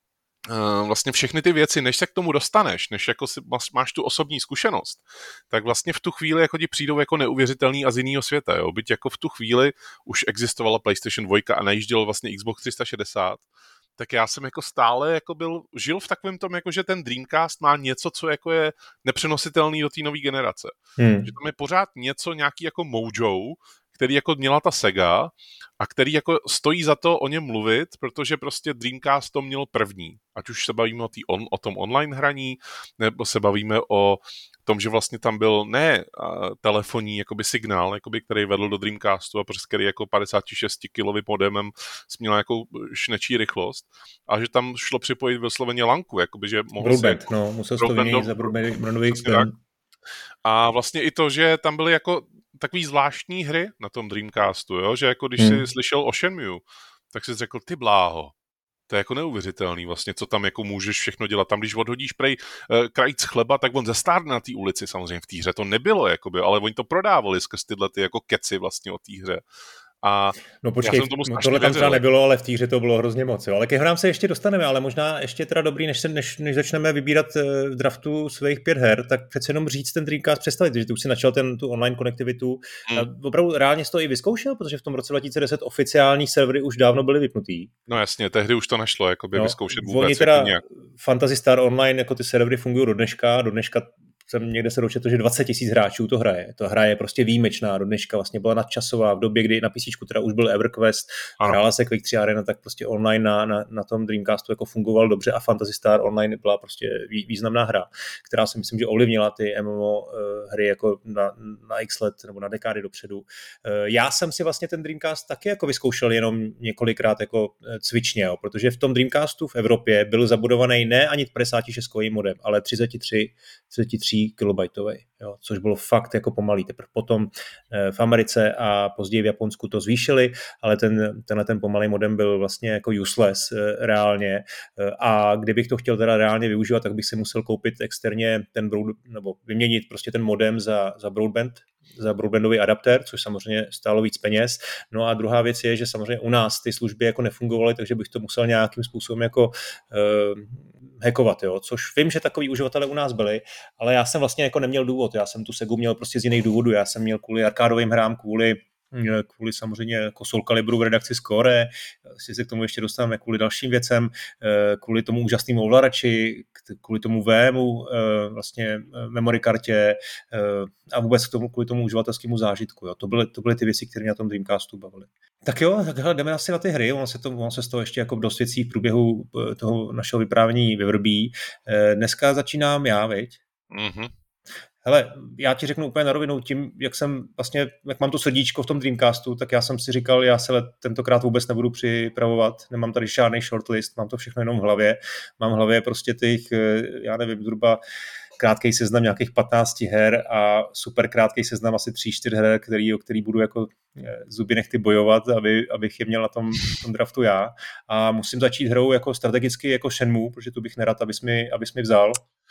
Uh, vlastně všechny ty věci, než se k tomu dostaneš, než jako si máš tu osobní zkušenost, tak vlastně v tu chvíli jako ti přijdou jako neuvěřitelný a z jiného světa, jo. Byť jako v tu chvíli už existovala PlayStation dva a najížděl vlastně Xbox tři sta šedesát, tak já jsem jako stále jako byl, žil v takovém tom, jako že ten Dreamcast má něco, co jako je nepřenositelný do té nové generace. Hmm. Že tam je pořád něco, nějaký jako mojo, který jako měla ta Sega a který jako stojí za to o něm mluvit, protože prostě Dreamcast to měl první. Ať už se bavíme o, tý on, o tom online hraní, nebo se bavíme o tom, že vlastně tam byl ne uh, telefonní jakoby signál, jakoby, který vedl do Dreamcastu a přes který jako padesát šest kilovým modemem směl jako šnečí rychlost a že tam šlo připojit vysloveně lanku, jakoby, že mohl Broadband, no, musel to vyměnit za broadbandový extend. A vlastně i to, že tam byly jako takový zvláštní hry na tom Dreamcastu, jo? Že jako když Hmm. jsi slyšel o Shenmue, tak jsi řekl, ty bláho, to je jako neuvěřitelný vlastně, co tam jako můžeš všechno dělat. Tam, když odhodíš prej uh, krajíc chleba, tak on zestárne na té ulici samozřejmě v té hře. To nebylo, jakoby, ale oni to prodávali skrz tyhle ty jako keci vlastně o té hře. A no počkej, no tohle tam třeba nebylo, ale v té hře to bylo hrozně moc. Jo. Ale ke hrám se ještě dostaneme, ale možná ještě teda dobrý, než, se, než, než začneme vybírat v draftu svých pět her, tak přece jenom říct ten Dreamcast představit, že ty už si načal ten, tu online konektivitu. Hmm. Opravdu reálně jsi to i vyzkoušel, protože v tom roce dva tisíce deset oficiální servery už dávno byly vypnutý. No jasně, tehdy už to nešlo jakoby no, vyzkoušet vůbec. Oni teda jako Phantasy Star Online, jako ty servery fungují do dneška, do dneška jsem někde se dočetl, že dvacet tisíc hráčů to hraje. To hra je prostě výjimečná, do dneška vlastně byla nadčasová, v době, kdy na PCčku teda už byl EverQuest, ano. Hrála se Quake tři Arena, tak prostě online na, na, na tom Dreamcastu jako fungoval dobře a Phantasy Star Online byla prostě vý, významná hra, která si myslím, že ovlivnila ty M M O uh, hry jako na, na x let nebo na dekády dopředu. Uh, já jsem si vlastně ten Dreamcast taky jako vyzkoušel jenom několikrát jako cvičně, jo, protože v tom Dreamcastu v Evropě byl zabudovaný ne ani padesát šest kový modem, ale třicet tři kilobajtový, jo, což bylo fakt jako pomalý. Teprve potom v Americe a později v Japonsku to zvýšili, ale ten, tenhle ten pomalý modem byl vlastně jako useless reálně a kdybych to chtěl teda reálně využívat, tak bych si musel koupit externě ten broad, nebo vyměnit prostě ten modem za, za broadband, za broadbandový adaptér, což samozřejmě stálo víc peněz. No a druhá věc je, že samozřejmě u nás ty služby jako nefungovaly, takže bych to musel nějakým způsobem jako uh, hackovat, jo, což vím, že takový uživatelé u nás byli, ale já jsem vlastně jako neměl důvod, já jsem tu Segu měl prostě z jiných důvodů, já jsem měl kvůli arkádovým hrám, kvůli kvůli samozřejmě jako Soul Calibru v redakci Score, si se k tomu ještě dostaneme kvůli dalším věcem, kvůli tomu úžasnému ovladači, kvůli tomu V M u, vlastně memory kartě a vůbec k tomu, kvůli tomu uživatelskému zážitku. Jo. To, byly, to byly ty věci, které mě na tom Dreamcastu bavily. Tak jo, tak hele, jdeme asi na ty hry, on se, to, on se z toho ještě jako dost věcí v průběhu toho našeho vyprávění vyvrbí. Dneska začínám já, viď? Mhm. Hele, já ti řeknu úplně na rovinu, tím, jak jsem vlastně, jak mám to srdíčko v tom Dreamcastu, tak já jsem si říkal, já se tentokrát vůbec nebudu připravovat, nemám tady žádný shortlist, mám to všechno jenom v hlavě, mám v hlavě prostě těch, já nevím, zhruba krátký seznam nějakých patnáct her a super krátký seznam asi tři čtyři her, který, o který budu jako zuby nechty bojovat, aby, abych je měl na tom, tom draftu já. A musím začít hrou jako strategicky jako Shenmue, protože tu bych nerad, abys mi, abys mi vzal.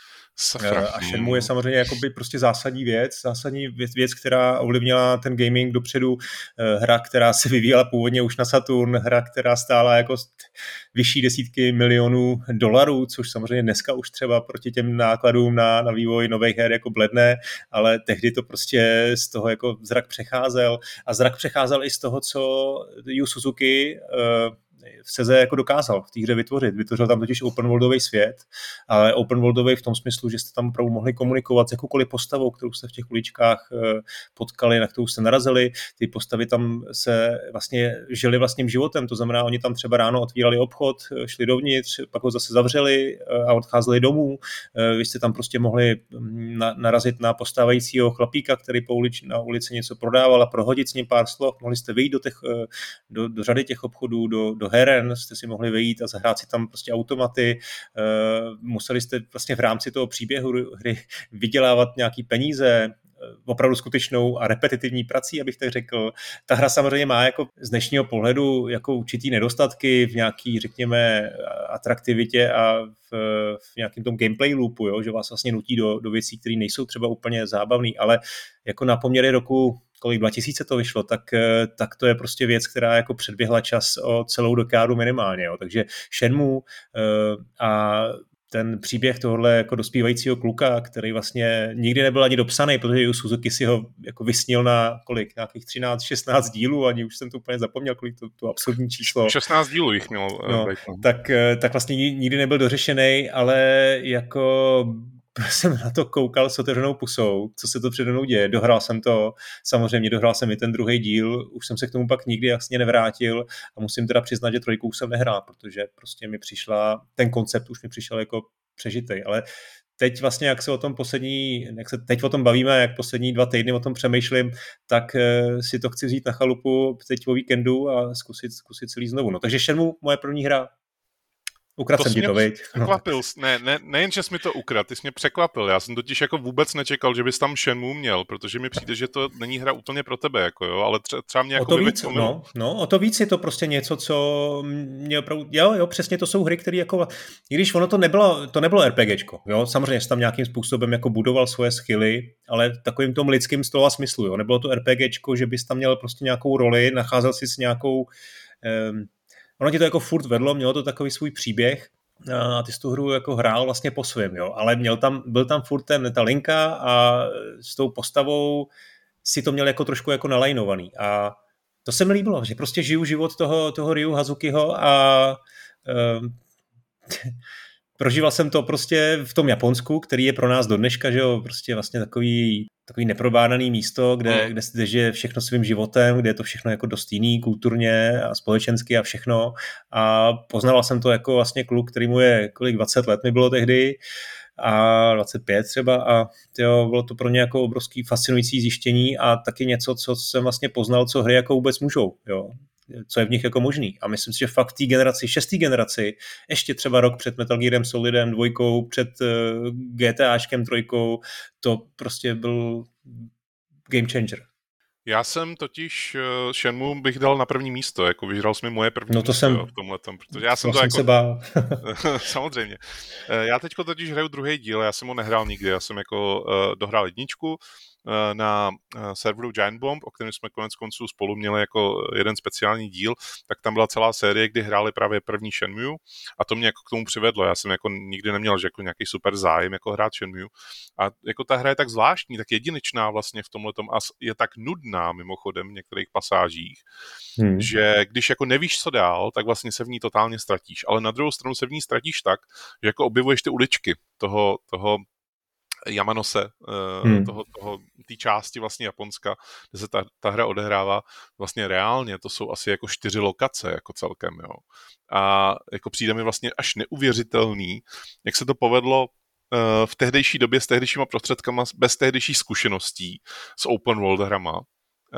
Safra. A Shenmue je samozřejmě jakoby prostě zásadní věc, zásadní věc, věc, která ovlivnila ten gaming dopředu, hra, která se vyvíjela původně už na Saturn, hra, která stála jako vyšší desítky milionů dolarů, což samozřejmě dneska už třeba proti těm nákladům na, na vývoj nových her jako bledne, ale tehdy to prostě z toho jako zrak přecházel a zrak přecházel i z toho, co Yu Suzuki uh, v Seze jako dokázal v té hře vytvořit. Vytvořil tam totiž open worldový svět, ale open worldový v tom smyslu, že jste tam opravdu mohli komunikovat s jakoukoliv postavou, kterou jste v těch uličkách potkali, na kterou jste narazili. Ty postavy tam se vlastně žili vlastním životem, to znamená, oni tam třeba ráno otvírali obchod, šli dovnitř, pak ho zase zavřeli a odcházeli domů. Vy jste tam prostě mohli narazit na postávajícího chlapíka, který po ulici, na ulici něco prodával a prohodit s ním pár slov. Mohli jste vyjít do, těch, do, do řady těch obchodů, do, do heren, jste si mohli vejít a zahrát si tam prostě automaty, uh, museli jste vlastně v rámci toho příběhu hry vydělávat nějaký peníze, opravdu skutečnou a repetitivní prací, abych tak řekl. Ta hra samozřejmě má jako z dnešního pohledu jako určitý nedostatky v nějaký, řekněme, atraktivitě a v, v nějakém tom gameplay loopu, jo, že vás vlastně nutí do, do věcí, které nejsou třeba úplně zábavný, ale jako na poměry roku kolik dva tisíce to vyšlo, tak, tak to je prostě věc, která jako předběhla čas o celou dekádu minimálně. Jo. Takže Shenmue a ten příběh tohohle jako dospívajícího kluka, který vlastně nikdy nebyl ani dopsaný, protože Yu Suzuki si ho jako vysnil na kolik, nějakých třináct šestnáct dílů, ani už jsem to úplně zapomněl, kolik to, to absurdní číslo. šestnáct dílů jich měl. No, tak, tak vlastně nikdy nebyl dořešený, ale jako jsem na to koukal s otevřenou pusou, co se to přede mnou děje. Dohrál jsem to, samozřejmě dohrál jsem i ten druhý díl, už jsem se k tomu pak nikdy jasně nevrátil a musím teda přiznat, že trojku už jsem nehrál, protože prostě mi přišla, ten koncept už mi přišel jako přežitej, ale teď vlastně, jak se o tom poslední, jak se teď o tom bavíme, jak poslední dva týdny o tom přemýšlím, tak si to chci vzít na chalupu teď o víkendu a zkusit, zkusit celý znovu. No, takže Shenmue, moje první hra. Ukradl jsem ti to, viď? Překvapil, no. ne, ne, nejen, že jsi mi to ukradl, ty jsi mě překvapil. Já jsem totiž jako vůbec nečekal, že bys tam Shenmue měl, protože mi přijde, že to není hra úplně pro tebe, jako jo, ale tře- třeba mě jako o to víc, no, no, o to víc je to prostě něco, co mě opravdu, jo, jo, přesně to jsou hry, které jako, i když ono to nebylo, to nebylo RPGčko, jo, samozřejmě jsi tam nějakým způsobem jako budoval svoje skilly, ale takovým tom lidským slova smyslu, jo, nebylo to RPGčko, že bys tam měl prostě nějakou roli, nacházel si s nějakou, um, ono ti to jako furt vedlo, mělo to takový svůj příběh, a ty jsi tu hru jako hrál vlastně po svém, jo, ale měl tam, byl tam furt ten, ta linka a s tou postavou si to měl jako trošku jako nalajnovaný a to se mi líbilo, že prostě žiju život toho, toho Ryu Hazukiho a um, prožíval jsem to prostě v tom Japonsku, který je pro nás do dneška, že jo, prostě vlastně takový, takový neprobádaný místo, kde, kde, kde žije všechno svým životem, kde je to všechno jako dost jiný kulturně a společensky a všechno a poznával jsem to jako vlastně kluk, který mu je kolik dvacet let mi bylo tehdy a dvacet pět třeba a jo, bylo to pro mě jako obrovský fascinující zjištění a taky něco, co jsem vlastně poznal, co hry jako vůbec můžou, jo, co je v nich jako možný. A myslím si, že fakt v té generaci, šestý generaci, ještě třeba rok před Metal Gearem Solidem dvojkou, před uh, GTAčkem trojkou, to prostě byl game changer. Já jsem totiž uh, Shenmue bych dal na první místo, jako vyžral jsi mi moje první no to místo jsem, jo, v tomhletom, protože já jsem to jsem jako... se bál. Samozřejmě. Já teďko totiž hraju druhý díl, já jsem ho nehrál nikdy, já jsem jako uh, dohrál jedničku, na serveru Giant Bomb, o kterém jsme konec konců spolu měli jako jeden speciální díl, tak tam byla celá série, kdy hráli právě první Shenmue a to mě jako k tomu přivedlo. Já jsem jako nikdy neměl že jako nějaký super zájem jako hrát Shenmue a jako ta hra je tak zvláštní, tak jedinečná vlastně v tomhletom a je tak nudná mimochodem v některých pasážích, hmm. že když jako nevíš, co dál, tak vlastně se v ní totálně ztratíš, ale na druhou stranu se v ní ztratíš tak, že jako objevuješ ty uličky toho, toho Yamanose, hmm. toho, toho, té části vlastně Japonska, kde se ta, ta hra odehrává vlastně reálně, to jsou asi jako čtyři lokace jako celkem, jo. A jako přijde mi vlastně až neuvěřitelný, jak se to povedlo uh, v tehdejší době s tehdejšíma prostředkama, bez tehdejších zkušeností s open world hrama, uh,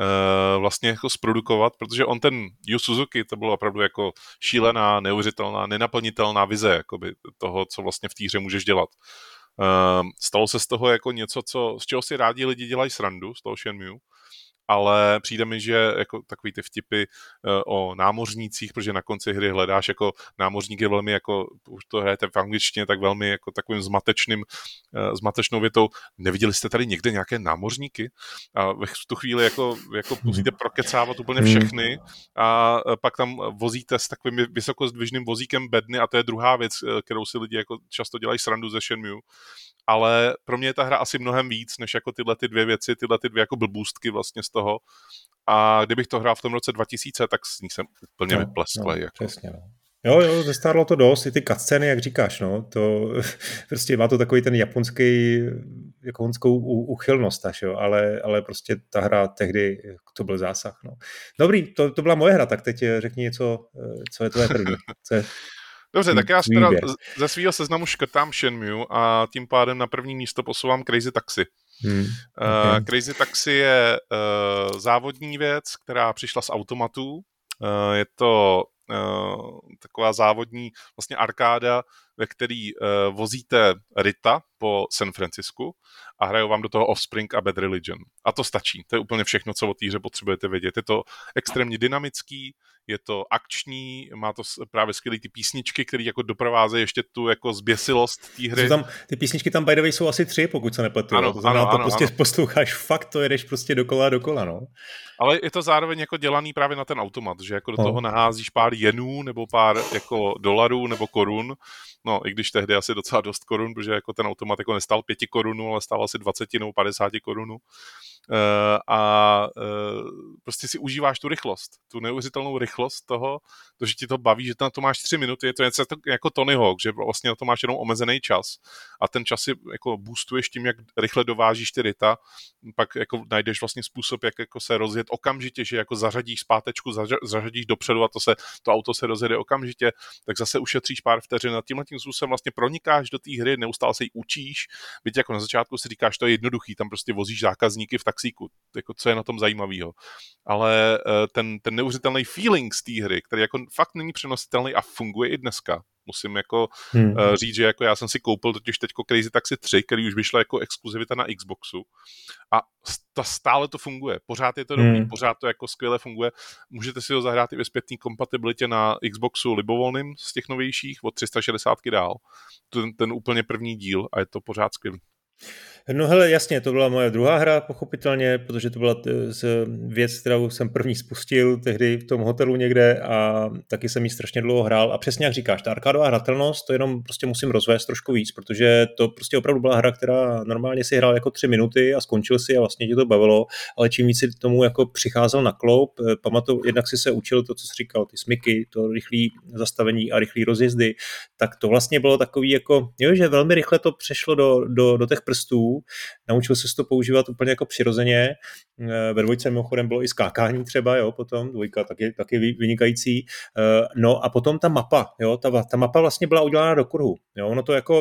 vlastně jako zprodukovat, protože on ten Yu Suzuki, to bylo opravdu jako šílená, neuvěřitelná, nenaplnitelná vize jakoby toho, co vlastně v té hře můžeš dělat. Uh, stalo se z toho jako něco, co, z čeho si rádi lidi dělají srandu, z toho Shenmue, ale přijde mi, že jako takový ty vtipy uh, o námořnících, protože na konci hry hledáš jako námořník je velmi jako, už to hrajete v angličtině, tak velmi jako takovým zmatečným, uh, zmatečnou větou, neviděli jste tady někde nějaké námořníky? A v tu chvíli jako, jako musíte prokecávat úplně všechny a pak tam vozíte s takovým vysokozdvižným vozíkem bedny a to je druhá věc, kterou si lidi jako často dělají srandu ze Shenmue. Ale pro mě je ta hra asi mnohem víc, než jako tyhle ty dvě věci, tyhle ty dvě jako blbůstky vlastně z toho. A kdybych to hrál v tom roce dva tisíce, tak s ní jsem úplně no, vyplesklej. No, jako. Přesně, no. Jo, jo, zestárlo to dost, i ty cutscény, jak říkáš, no, to prostě má to takový ten japonský, japonskou uchylnost až, jo, ale, ale prostě ta hra tehdy, to byl zásah, no. Dobrý, to, to byla moje hra, tak teď řekni něco, co je tvoje první, co je Dobře, tak já teda ze svého seznamu škrtám Shenmue a tím pádem na první místo posouvám Crazy Taxi. Hmm, okay. uh, Crazy Taxi je uh, závodní věc, která přišla z automatů. Uh, je to uh, taková závodní vlastně arkáda, ve který uh, vozíte Rita po San Francisku a hrajou vám do toho Offspring a Bad Religion. A to stačí. To je úplně všechno, co o té hře potřebujete vědět. Je to extrémně dynamický, je to akční, má to právě skvělý ty písničky, které jako doprovázejí ještě tu jako zběsilost té hry. Tam, ty písničky tam by the way jsou asi tři, pokud se nepletu. Ano, to znamená, ano, to ano, prostě ano. posloucháš fakt, to jedeš prostě dokola dokola, no. Ale je to zároveň jako dělaný právě na ten automat, že jako do toho naházíš pár jenů, nebo pár jako dolarů, nebo korun. No, i když tehdy asi docela dost korun, protože jako ten automat jako nestál pěti korunů, ale stál asi dvaceti nebo padesáti korunů. Uh, a uh, prostě si užíváš tu rychlost, tu neuvěřitelnou rychlost toho, to, že ti to baví, že na to máš tři minuty, je to něco jako Tony Hawk, že vlastně na to máš jenom omezený čas a ten čas si jako boostuješ tím, jak rychle dovážíš ty Rita, pak jako najdeš vlastně způsob, jak jako se rozjet okamžitě, že jako zařadíš zpátečku, zařadíš dopředu a to, se, to auto se rozjede okamžitě, tak zase ušetříš pár vteřin a tímhle tím způsobem vlastně pronikáš do té hry, neustále se jí učíš, byť jako na začátku si říkáš, to je jednoduchý, tam prostě vozíš zákazníky v tak taxíku, jako co je na tom zajímavého. Ale ten, ten neuvěřitelný feeling z té hry, který jako fakt není přenositelný a funguje i dneska. Musím jako hmm. říct, že jako já jsem si koupil totiž teďko Crazy Taxi tři, který už vyšla jako exkluzivita na Xboxu a ta stále to funguje. Pořád je to dobrý, hmm. pořád to jako skvěle funguje. Můžete si ho zahrát i ve zpětné kompatibilitě na Xboxu libovolným z těch novějších, od tři sta šedesát dál. Ten, ten úplně první díl a je to pořád skvělý. No hele, jasně, to byla moje druhá hra, pochopitelně, protože to byla věc, kterou jsem první spustil tehdy v tom hotelu někde a taky jsem ji strašně dlouho hrál a přesně jak říkáš, ta arkádová hratelnost, to jenom prostě musím rozvést trošku víc, protože to prostě opravdu byla hra, která normálně si hrál jako tři minuty a skončil si a vlastně tě to bavilo, ale čím víc si tomu jako přicházel na kloup, pamatuju, jednak si se učil to, co jsi říkal, ty smyky, to rychlé zastavení a rychlé rozjezdy, tak to vlastně bylo takový jako, jo, že velmi rychle to přešlo do, do, do těch prstů. Naučil se to používat úplně jako přirozeně. Ve dvojce mimochodem bylo i skákání třeba, jo, potom dvojka taky, taky vynikající. No a potom ta mapa, jo, ta, ta mapa vlastně byla udělána do kruhu. Jo, ono to jako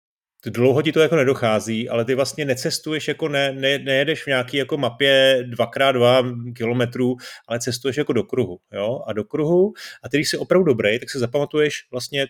dlouho ti to jako nedochází, ale ty vlastně necestuješ, jako ne, ne, nejedeš v nějaký jako mapě dva krát dva kilometrů, ale cestuješ jako do kruhu, jo, a do kruhu a ty, když jsi opravdu dobrý, tak se zapamatuješ vlastně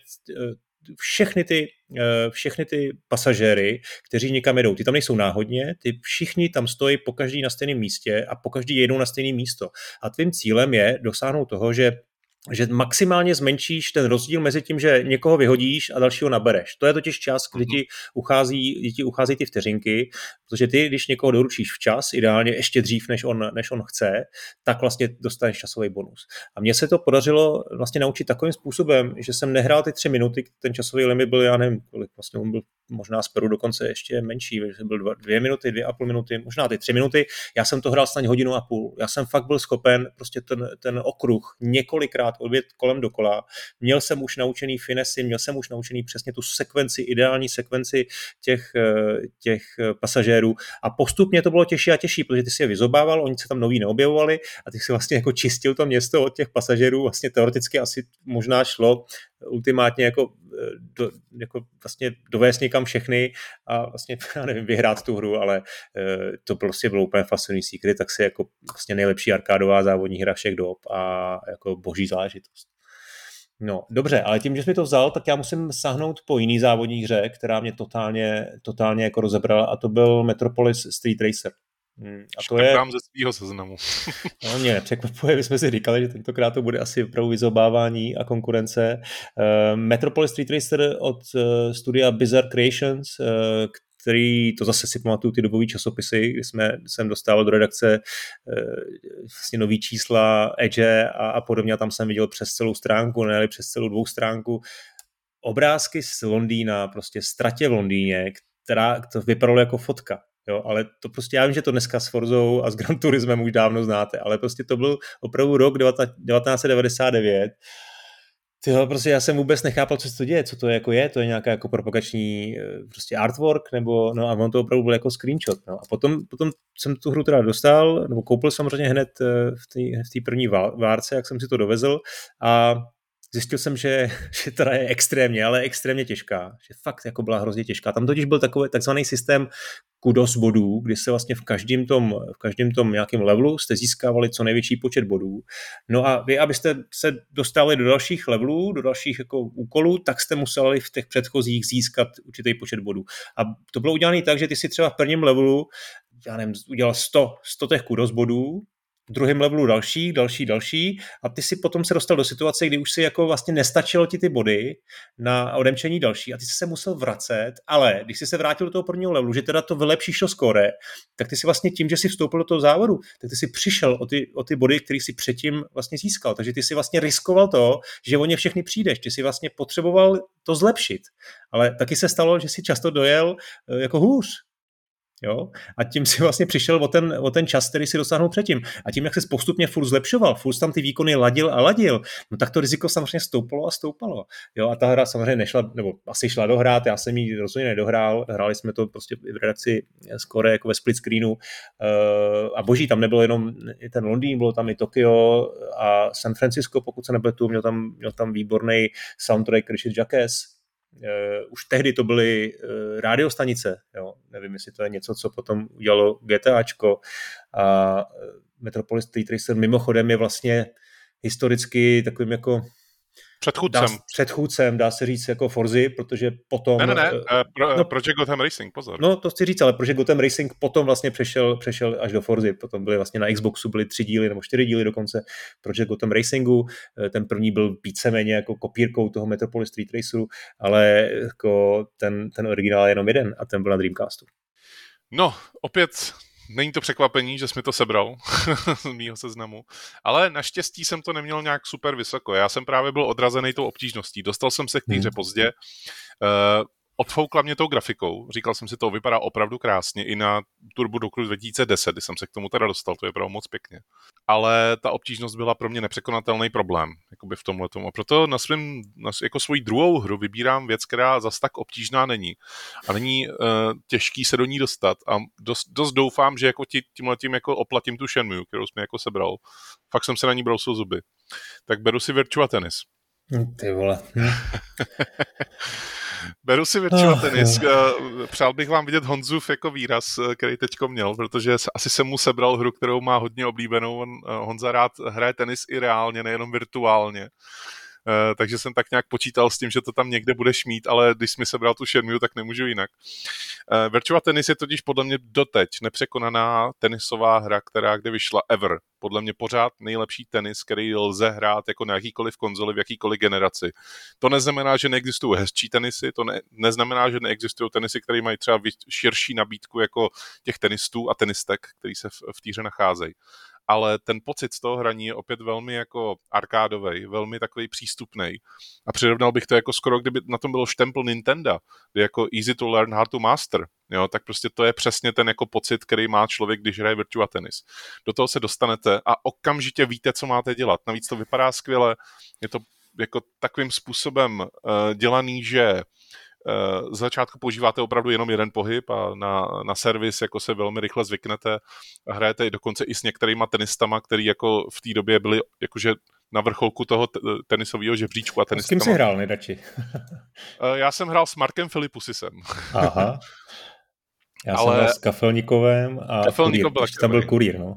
všechny ty, všechny ty pasažéry, kteří někam jedou. Ty tam nejsou náhodně, ty všichni tam stojí po každý na stejném místě a po každý jedou na stejné místo. A tvým cílem je dosáhnout toho, že že maximálně zmenšíš ten rozdíl mezi tím, že někoho vyhodíš a dalšího nabereš. To je totiž čas, kdy ti uchází, kdy ti uchází ty vteřinky, protože ty, když někoho doručíš včas, ideálně ještě dřív, než on, než on chce, tak vlastně dostaneš časový bonus. A mně se to podařilo vlastně naučit takovým způsobem, že jsem nehrál ty tři minuty, ten časový limit byl, já nevím, kolik vlastně on byl možná z Peru dokonce ještě menší, že byl dva, dvě minuty, dvě a půl minuty, možná ty tři minuty, já jsem to hrál snad hodinu a půl. Já jsem fakt byl schopen prostě ten, ten okruh několikrát odjet kolem dokola. Měl jsem už naučený finesy, měl jsem už naučený přesně tu sekvenci, ideální sekvenci těch, těch pasažérů a postupně to bylo těžší a těžší, protože ty si je vyzobával, oni se tam noví neobjevovali a ty si vlastně jako čistil to město od těch pasažérů, vlastně teoreticky asi možná šlo ultimátně jako, do, jako vlastně dovést někam všechny a vlastně, já nevím, vyhrát tu hru, ale to prostě bylo úplně fascinující, kdy tak si jako vlastně nejlepší arkádová závodní hra všech dob a jako boží záležitost. No, dobře, ale tím, že jsi mi to vzal, tak já musím sáhnout po jiný závodní hře, která mě totálně, totálně jako rozebrala a to byl Metropolis Street Racer. A to je... ze svýho seznamu. No, mě nepřekvapuje, my jsme si říkali, že tentokrát to bude asi opravdu vyzobávání a konkurence. Uh, Metropolis Street Racer od uh, studia Bizarre Creations, uh, který, to zase si pamatuju ty dobové časopisy, kdy jsme, jsem dostával do redakce uh, vlastně nový čísla Edge a, a podobně, a tam jsem viděl přes celou stránku, ne přes celou dvou stránku, obrázky z Londýna, prostě ztratě v Londýně, která to vypadalo jako fotka. Jo, ale to prostě, já vím, že to dneska s Forzou a s Gran Turismem už dávno znáte, ale prostě to byl opravdu rok devatenáct set devadesát devět. Tyhle, prostě já jsem vůbec nechápal, co se to děje, co to jako je, to je nějaká jako propagační prostě artwork, nebo, no a on to opravdu byl jako screenshot, no. A potom, potom jsem tu hru teda dostal, nebo koupil samozřejmě hned v té první várce, jak jsem si to dovezl a zjistil jsem, že, že teda je extrémně, ale extrémně těžká, že fakt jako byla hrozně těžká. Tam totiž byl takový takzvaný systém kudos bodů, kdy se vlastně v každém tom, v každém tom nějakém levelu jste získávali co největší počet bodů. No a vy, abyste se dostali do dalších levelů, do dalších jako úkolů, tak jste museli v těch předchozích získat určitý počet bodů. A to bylo udělané tak, že ty si třeba v prvním levelu, já nevím, udělal sto, sto těch kudos bodů, v druhém levelu další, další, další a ty si potom se dostal do situace, kdy už si jako vlastně nestačilo ti ty body na odemčení další a ty jsi se musel vracet, ale když jsi se vrátil do toho prvního levelu, že teda to vylepšíš to skóre, tak ty si vlastně tím, že jsi vstoupil do toho závodu, tak ty si přišel o ty, o ty body, které si předtím vlastně získal, takže ty si vlastně riskoval to, že o ně všechny přijdeš, ty si vlastně potřeboval to zlepšit, ale taky se stalo, že si často dojel jako hůř. Jo? A tím si vlastně přišel o ten, o ten čas, který si dosáhnul předtím. A tím, jak se postupně furt zlepšoval, furt tam ty výkony ladil a ladil, no tak to riziko samozřejmě stoupalo a stoupalo. Jo? A ta hra samozřejmě nešla, nebo asi šla dohrát, já jsem ji rozhodně nedohrál, hráli jsme to prostě v redakci skoro jako ve split screenu a boží, tam nebylo jenom ten Londýn, bylo tam i Tokio a San Francisco, pokud se nepletu, měl tam, měl tam výborný soundtrack Richard Jacques. už tehdy to byly rádiostanice, jo. Nevím, jestli to je něco, co potom udělalo GTAčko a Metropolis Street Racer mimochodem je vlastně historicky takovým jako Předchůdcem. Dá, předchůdcem, dá se říct jako Forzy, protože potom... Ne, ne, ne, uh, pro, no, Project Gotham Racing, pozor. No, to chci říct, ale Project Gotham Racing potom vlastně přešel, přešel až do Forzy, potom byly vlastně na Xboxu byly tři díly nebo čtyři díly dokonce Project Gotham Racingu, ten první byl víceméně jako kopírkou toho Metropolis Street Raceru, ale jako ten, ten originál je jenom jeden a ten byl na Dreamcastu. No, opět... Není to překvapení, že jsi mi to sebral z mýho seznamu, ale naštěstí jsem to neměl nějak super vysoko. Já jsem právě byl odrazený tou obtížností. Dostal jsem se k té hře pozdě, uh, odfoukla mě tou grafikou. Říkal jsem si, to vypadá opravdu krásně. I na Turbo Doku dva tisíce deset, kdy jsem se k tomu teda dostal, to je opravdu moc pěkně. Ale ta obtížnost byla pro mě nepřekonatelný problém jakoby v tomhletom. A proto na svým, na, jako svoji druhou hru vybírám věc, která zas tak obtížná není. A není uh, těžký se do ní dostat. A dost, dost doufám, že jako tí, tímhletím jako oplatím tu Shenmue, kterou jsi mi jako sebral. Fakt jsem se na ní brousil zuby. Tak beru si Virtua Tennis. Ty vole. Beru si Virtua oh, Tennis. Jo. Přál bych vám vidět Honzův jako výraz, který teďko měl, protože asi jsem mu sebral hru, kterou má hodně oblíbenou. Honza rád hraje tenis i reálně, nejenom virtuálně. Uh, takže jsem tak nějak počítal s tím, že to tam někde budeš mít, ale když jsi mi sebral tu Shenmue, tak nemůžu jinak. Uh, Virtua Tennis je totiž podle mě doteď nepřekonaná tenisová hra, která kde vyšla ever. Podle mě pořád nejlepší tenis, který lze hrát jako na jakýkoliv konzoli v jakýkoliv generaci. To neznamená, že neexistují hezčí tenisy, to ne, neznamená, že neexistují tenisy, které mají třeba širší nabídku jako těch tenistů a tenistek, který se v, v té hře nacházejí. Ale ten pocit z toho hraní je opět velmi jako arkádovej, velmi takový přístupnej. A přirovnal bych to jako skoro, kdyby na tom bylo štempl Nintendo, kde jako easy to learn, hard to master. Jo, tak prostě to je přesně ten jako pocit, který má člověk, když hraje Virtua Tennis. Do toho se dostanete a okamžitě víte, co máte dělat. Navíc to vypadá skvěle, je to jako takovým způsobem uh, dělaný, že z začátku používáte opravdu jenom jeden pohyb a na, na servis jako se velmi rychle zvyknete a hrajete i dokonce i s některýma tenistama, který jako v té době byli jakože na vrcholku toho t- tenisového žebříčku. A, a s kým jsi hrál nejradši? Já jsem hrál s Markem Filipusisem. Aha. Já ale... jsem hrál s Kafelníkovem a Kafelníkov byl, tam byl Kurýr, no.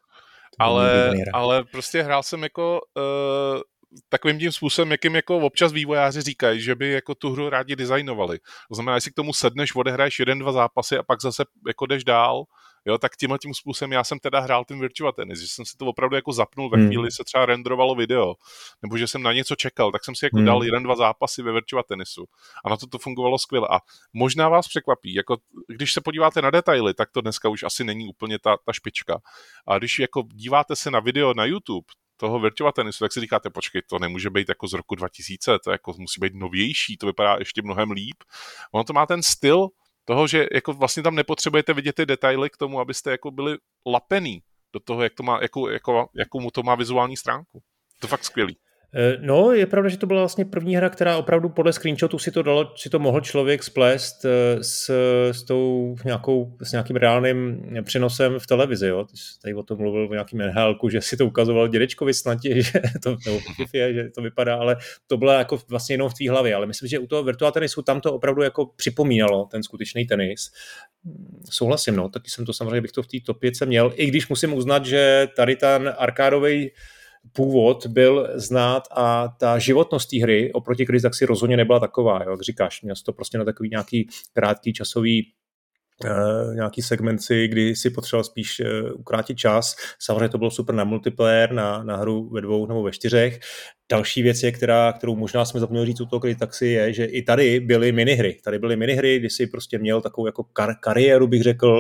Ale, ale prostě hrál jsem jako uh, takovým tím způsobem, jakým jako občas vývojáři říkají, že by jako tu hru rádi designovali. To znamená, jestli k tomu sedneš, odehraješ jeden, dva zápasy a pak zase jako jdeš dál, jo, tak tímhle tím způsobem já jsem teda hrál ten Virtua Tennis, že jsem si to opravdu jako zapnul ve chvíli, hmm. se třeba renderovalo video, nebo že jsem na něco čekal, tak jsem si jako hmm. dal jeden, dva zápasy ve Virtua Tennisu a na to to fungovalo skvěle. A možná vás překvapí, jako když se podíváte na detaily, tak to dneska už asi není úplně ta, ta špička. A když jako díváte se na video na YouTube, toho Virtua Tennisu, tak si říkáte, počkej, to nemůže být jako z roku dva tisíce, to jako musí být novější, to vypadá ještě mnohem líp. Ono to má ten styl toho, že jako vlastně tam nepotřebujete vidět ty detaily k tomu, abyste jako byli lapený do toho, jak to má, jako, jako, jakou mu to má vizuální stránku. To je fakt skvělý. No, je pravda, že to byla vlastně první hra, která opravdu podle screenshotu si to dalo, si to mohl člověk splést s, s tou nějakou, s nějakým reálným přenosem v televizi, jo. Ty jsi tady o tom mluvil v nějakým N H L ku, že si to ukazoval dědečkovi snadě, že to, nebo je, že to vypadá, ale to bylo jako vlastně jenom v tvý hlavě, ale myslím, že u toho Virtua Tennisu tam to opravdu jako připomínalo ten skutečný tenis. Souhlasím, no, taky jsem to samozřejmě bych to v té top pětce měl, i když musím uznat, že tady ten arkádový původ byl znát a ta životnost té hry oproti Crazy Taxi rozhodně nebyla taková, jo, jak říkáš, měl jsi to prostě na takový nějaký krátký časový Uh, nějaký segmenty, kdy si potřeboval spíš uh, ukrátit čas. Samozřejmě to bylo super na multiplayer, na, na hru ve dvou nebo ve čtyřech. Další věc je, která, kterou možná jsme zapomněli říct u toho Crazy Taxi, je, že i tady byly minihry. Tady byly minihry, kdy si prostě měl takovou jako kar- kariéru, bych řekl,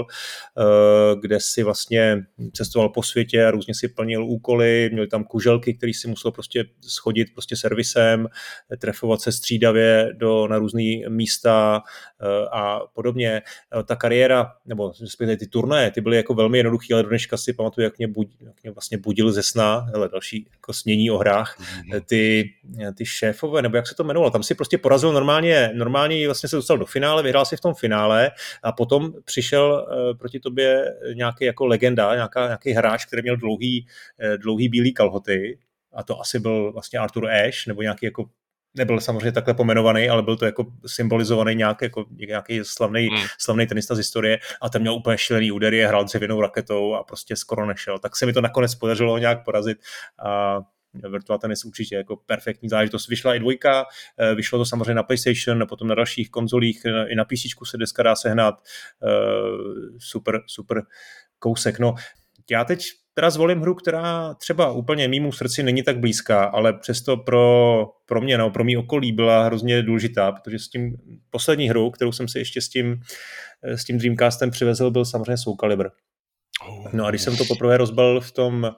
uh, kde si vlastně cestoval po světě a různě si plnil úkoly, měli tam kuželky, který si musel prostě schodit prostě servisem, trefovat se střídavě do, na různý místa uh, a podobně. Uh, ta kariéra, nebo ty turnaje, ty byly jako velmi jednoduchý, ale do dneška si pamatuju, jak mě, bud, jak mě vlastně budil ze sna, hele, další jako snění o hrách, mm-hmm. ty, ty šéfové, nebo jak se to jmenovalo, tam si prostě porazil normálně, normálně vlastně se dostal do finále, vyhrál si v tom finále a potom přišel uh, proti tobě nějaký jako legenda, nějaká, nějaký hráč, který měl dlouhý, uh, dlouhý bílý kalhoty a to asi byl vlastně Arthur Ashe, nebo nějaký jako nebyl samozřejmě takhle pomenovaný, ale byl to jako symbolizovaný nějak, jako nějaký slavný, mm. slavný tenista z historie a ten měl úplně šílený údery, hrál dřevěnou raketou a prostě skoro nešel. Tak se mi to nakonec podařilo nějak porazit a Virtua Tennis určitě jako perfektní záležitost. Vyšla i dvojka, vyšlo to samozřejmě na PlayStation, potom na dalších konzolích, i na PCčku se dneska dá sehnat. Super, super kousek. No, já teď teda zvolím hru, která třeba úplně mýmu srdci není tak blízká, ale přesto pro, pro mě, no, pro mý okolí byla hrozně důležitá, protože s tím poslední hru, kterou jsem si ještě s tím, s tím Dreamcastem přivezl, byl samozřejmě Soul Calibur. No a když jsem to poprvé rozbal v tom,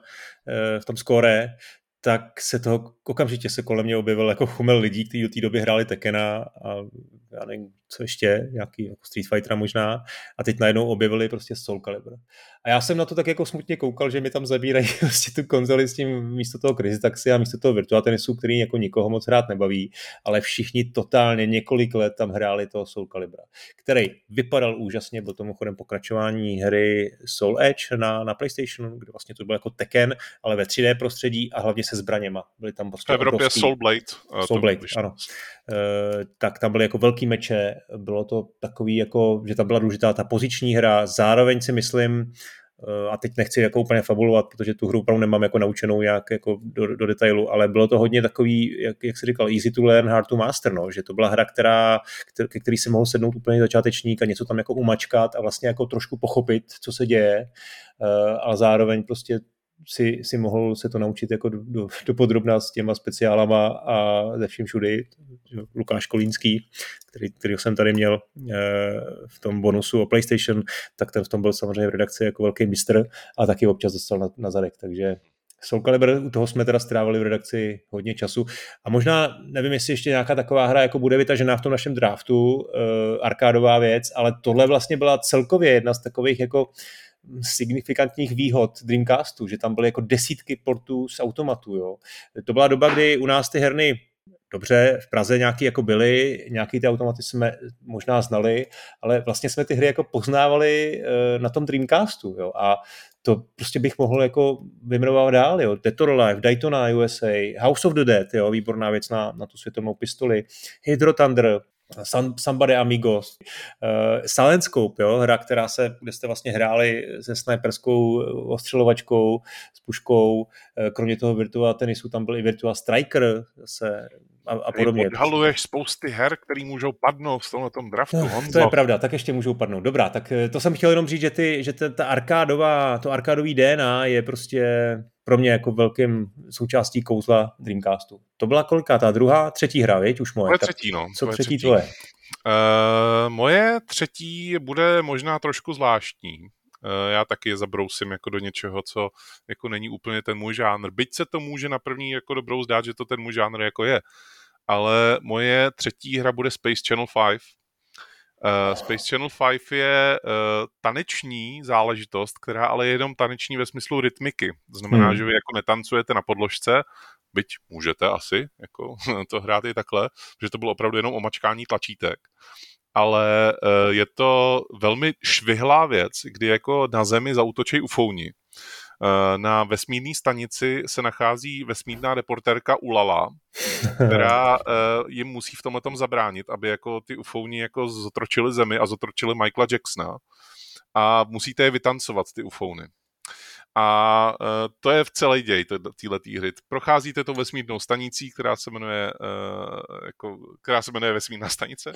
v tom score, tak se toho okamžitě se kolem mě objevil jako chumel lidí, kteří do té doby hráli Tekena a já nevím, co ještě, nějaký jako Street Fightera možná, a teď najednou objevili prostě Soul Calibur. A já jsem na to tak jako smutně koukal, že mi tam zabírají prostě tu konzoli s tím místo toho Crazy Taxi a místo toho Virtua Tennisu, který jako nikoho moc hrát nebaví, ale všichni totálně několik let tam hráli toho Soul Calibura, který vypadal úžasně, byl to mimochodem pokračování hry Soul Edge na, na PlayStation, kde vlastně to bylo jako Tekken, ale ve tři dé prostředí a hlavně se zbraněma. Byly tam prostě v Evropě obrovský... Soul Blade. Soul Blade, ano. Uh, tak tam byly jako velký meče, bylo to takový jako, že tam byla důležitá ta poziční hra, zároveň si myslím, uh, a teď nechci jako úplně fabulovat, protože tu hru opravdu nemám jako naučenou nějak jako do, do detailu, ale bylo to hodně takový, jak, jak jsi říkal, easy to learn, hard to master, no, že to byla hra, která, kter, ke který si mohl sednout úplně začátečník a něco tam jako umačkat a vlastně jako trošku pochopit, co se děje, uh, ale zároveň prostě Si, si mohl se to naučit jako do, do, do podrobna s těma speciálama a ze vším všudy. Lukáš Kolínský, který, kterýho jsem tady měl e, v tom bonusu o PlayStation, tak ten v tom byl samozřejmě v redakci jako velký mistr a taky občas dostal na, na zadek, takže Soul Calibur, u toho jsme teda strávili v redakci hodně času a možná, nevím, jestli ještě nějaká taková hra jako bude vytažená v tom našem draftu, e, arkádová věc, ale tohle vlastně byla celkově jedna z takových jako signifikantních výhod Dreamcastu, že tam byly jako desítky portů z automatu. Jo. To byla doba, kdy u nás ty herny dobře, v Praze nějaký jako byly, nějaký ty automaty jsme možná znali, ale vlastně jsme ty hry jako poznávali na tom Dreamcastu. Jo. A to prostě bych mohl jako vyjmenovat dál. Jo. Dead or Alive, Daytona U S A, House of the Dead, jo, výborná věc na, na tu světelnou pistoli, Hydro Thunder, Somebody Amigos, uh, Silent Scope, jo, hra, která se, kde jste vlastně hráli se sniperskou ostřelovačkou, s puškou, kromě toho Virtua Tennisu tam byl i Virtua Striker zase a, a podobně. Odhaluješ spousty her, které můžou padnout v tomhle tom draftu. No, to je pravda, tak ještě můžou padnout. Dobrá, tak to jsem chtěl jenom říct, že, ty, že ta, ta arkádová, to arkádový D N A je prostě pro mě jako velkým součástí kouzla Dreamcastu. To byla koliká ta druhá, třetí hra, viď? Už moje. Moje třetí, no. Co moje třetí, třetí tvoje? Uh, moje třetí bude možná trošku zvláštní. Uh, já taky zabrousím jako do něčeho, co jako není úplně ten můj žánr. Byť se to může na první jako dobrou zdát, že to ten můj žánr jako je. Ale moje třetí hra bude Space Channel pět. Uh, Space Channel pět je uh, taneční záležitost, která ale je jenom taneční ve smyslu rytmiky. To znamená, hmm. že vy jako netancujete na podložce, byť můžete asi jako to hrát i takhle, že to bylo opravdu jenom omačkání tlačítek. Ale uh, je to velmi švihlá věc, kdy jako na zemi zaútočí ufouni. Uh, na vesmírné stanici se nachází vesmírná reportérka Ulala, která uh, jim musí v tomhletom zabránit, aby jako ty ufouni jako zotročili zemi a zotročili Michaela Jacksona. A musíte je vytancovat, ty ufouny. A uh, to je v celé děj téhletý hry. Procházíte tou vesmírnou stanicí, která se jmenuje, uh, jako, která se jmenuje vesmírná stanice.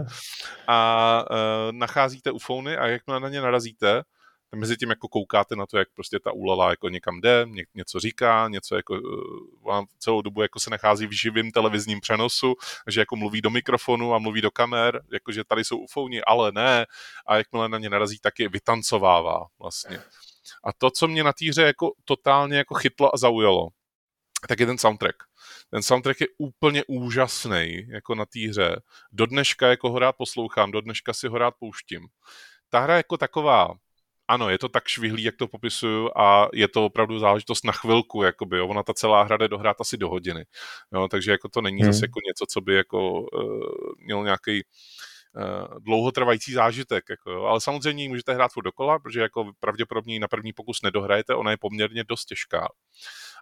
A uh, nacházíte ufouny a jakmile na ně narazíte, mezi tím jako koukáte na to, jak prostě ta Ulala jako někam jde, ně, něco říká, něco jako uh, celou dobu jako se nachází v živým televizním přenosu, že jako mluví do mikrofonu a mluví do kamer, jakože tady jsou ufouni, ale ne. A jakmile na ně narazí, tak je vytancovává vlastně. A to, co mě na té hře jako totálně jako chytlo a zaujalo, tak je ten soundtrack. Ten soundtrack je úplně úžasný jako na té hře. Do dneška jako ho rád poslouchám, do dneška si ho rád pouštím. Ta hra jako taková, ano, je to tak švihlý, jak to popisuju, a je to opravdu záležitost na chvilku, jakoby, jo. Ona ta celá hra jde dohrát asi do hodiny. Jo, takže jako to není hmm. zase jako něco, co by jako uh, mělo nějaký uh, dlouhotrvající zážitek. Jako, jo. Ale samozřejmě ji můžete hrát furt dokola, protože jako pravděpodobně ji na první pokus nedohrajete, ona je poměrně dost těžká.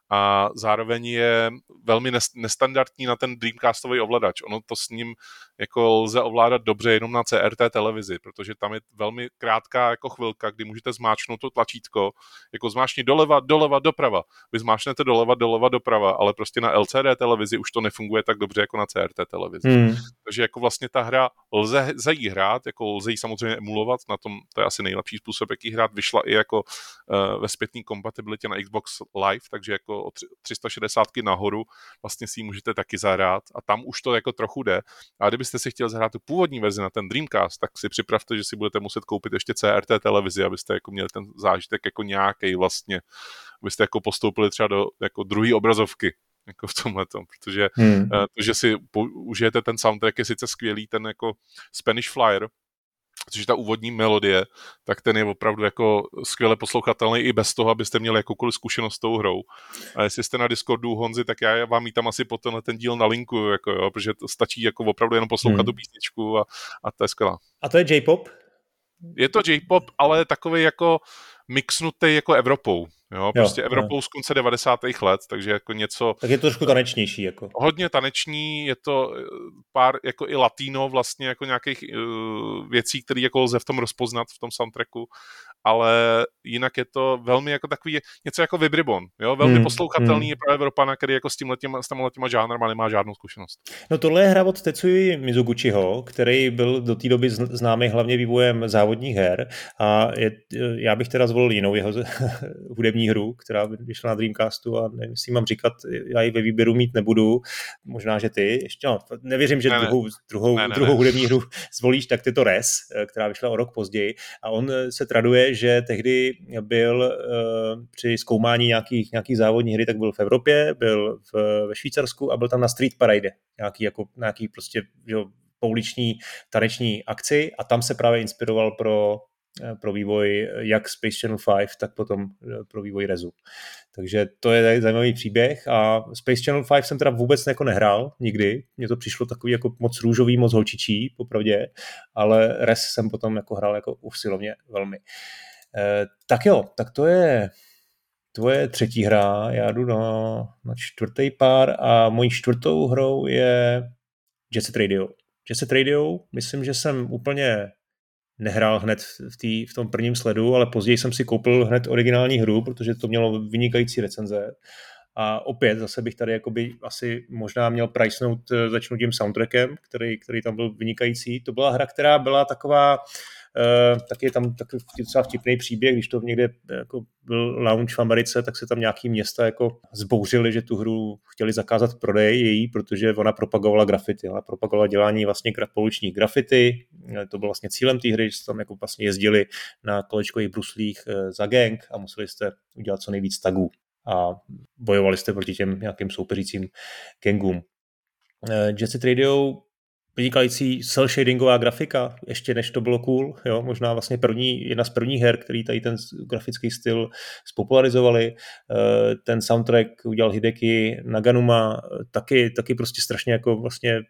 a zároveň je velmi nestandardní na ten Dreamcastový ovladač. Ono to s ním jako lze ovládat dobře jenom na C R T televizi, protože tam je velmi krátká jako chvilka, kdy můžete zmáčknout to tlačítko, jako zmáčkni doleva, doleva, doprava. Vy zmáčknete doleva, doleva, doprava, ale prostě na L C D televizi už to nefunguje tak dobře jako na C R T televizi. Hmm. Takže jako vlastně ta hra lze, lze jí hrát, jako lze jí samozřejmě emulovat, na tom to je asi nejlepší způsob, jak jí hrát. Vyšla i jako uh, ve zpětný kompatibilitě na Xbox Live, takže jako o tři sta šedesát nahoru vlastně si ji můžete taky zahrát a tam už to jako trochu jde. A kdybyste si chtěli zahrát tu původní verzi na ten Dreamcast, tak si připravte, že si budete muset koupit ještě C R T televizi, abyste jako měli ten zážitek jako nějaký vlastně, abyste jako postoupili třeba do jako druhé obrazovky jako v tomhletom, protože hmm. to, že si užijete ten soundtrack je sice skvělý, ten jako Spanish Flyer, což je ta úvodní melodie, tak ten je opravdu jako skvěle poslouchatelný i bez toho, abyste měli jakoukoliv zkušenost s tou hrou. A jestli jste na Discordu Honzi, tak já vám ji tam asi po tenhle ten díl nalinkuju, jako jo, protože to stačí jako opravdu jenom poslouchat hmm. tu písničku a, a to je skvělá. A to je J-pop? Je to J-pop, ale takový jako mixnutý jako Evropou. Jo, prostě jo, Evropou jo. z konce devadesátých let, takže jako něco... Tak je to trošku tanečnější, jako. Hodně taneční, je to pár jako i latino vlastně jako nějakých uh, věcí, které jako lze v tom rozpoznat v tom soundtracku, ale jinak je to velmi jako takový, něco jako Vibribon, jo, velmi hmm, poslouchatelný hmm. je pro Evropana, který jako s tímhletěma, s tímhletěma žánrama nemá žádnou zkušenost. No tohle je hra od Tetsuji Mizoguchiho, který byl do té doby známý hlavně vývojem závodních her a je, já bych teda zvolil jinou jeho hudební hru, která vyšla na Dreamcastu a nevím, jestli mám říkat, já ji ve výběru mít nebudu, možná, že ty, ještě no, nevěřím, že ne, druhou, druhou, ne, ne, druhou ne. hudební hru zvolíš, tak ty to Res, která vyšla o rok později a on se traduje, že tehdy byl uh, při zkoumání nějakých, nějakých závodních hry, tak byl v Evropě, byl v, ve Švýcarsku a byl tam na Street Parade, nějaký, jako, nějaký prostě jo, pouliční taneční akci a tam se právě inspiroval pro pro vývoj jak Space Channel pět, tak potom pro vývoj Rezu. Takže to je zajímavý příběh a Space Channel pět jsem teda vůbec jako nehrál nikdy. Mně to přišlo takový jako moc růžový, moc holčičí, popravdě, ale Rez jsem potom jako hrál jako usilovně velmi. E, tak jo, tak to je tvoje třetí hra. Já jdu na, na čtvrtý pár a mojí čtvrtou hrou je Jet Set Radio. Jet Set Radio, myslím, že jsem úplně nehrál hned v, tý, v tom prvním sledu, ale později jsem si koupil hned originální hru, protože to mělo vynikající recenze. A opět zase bych tady jakoby asi možná měl pricenout, začnu tím soundtrackem, který, který tam byl vynikající. To byla hra, která byla taková, uh, taky je tam takový docela vtipný příběh, když to někde jako byl launch v Americe, tak se tam nějaký města jako zbouřili, že tu hru chtěli zakázat prodej její, protože ona propagovala graffiti. Ona propagovala dělání vlastně pouličních graffiti. To byl vlastně cílem té hry, že tam jako vlastně jezdili na kolečkových bruslích za gang a museli jste udělat co nejvíc tagů a bojovali jste proti těm nějakým soupeřícím gangům. Jet Set Radio, vynikající cel-shadingová grafika, ještě než to bylo cool, jo, možná vlastně první, jedna z prvních her, který tady ten grafický styl spopularizovali. Ten soundtrack udělal Hideki Naganuma, taky, taky prostě strašně jako vlastně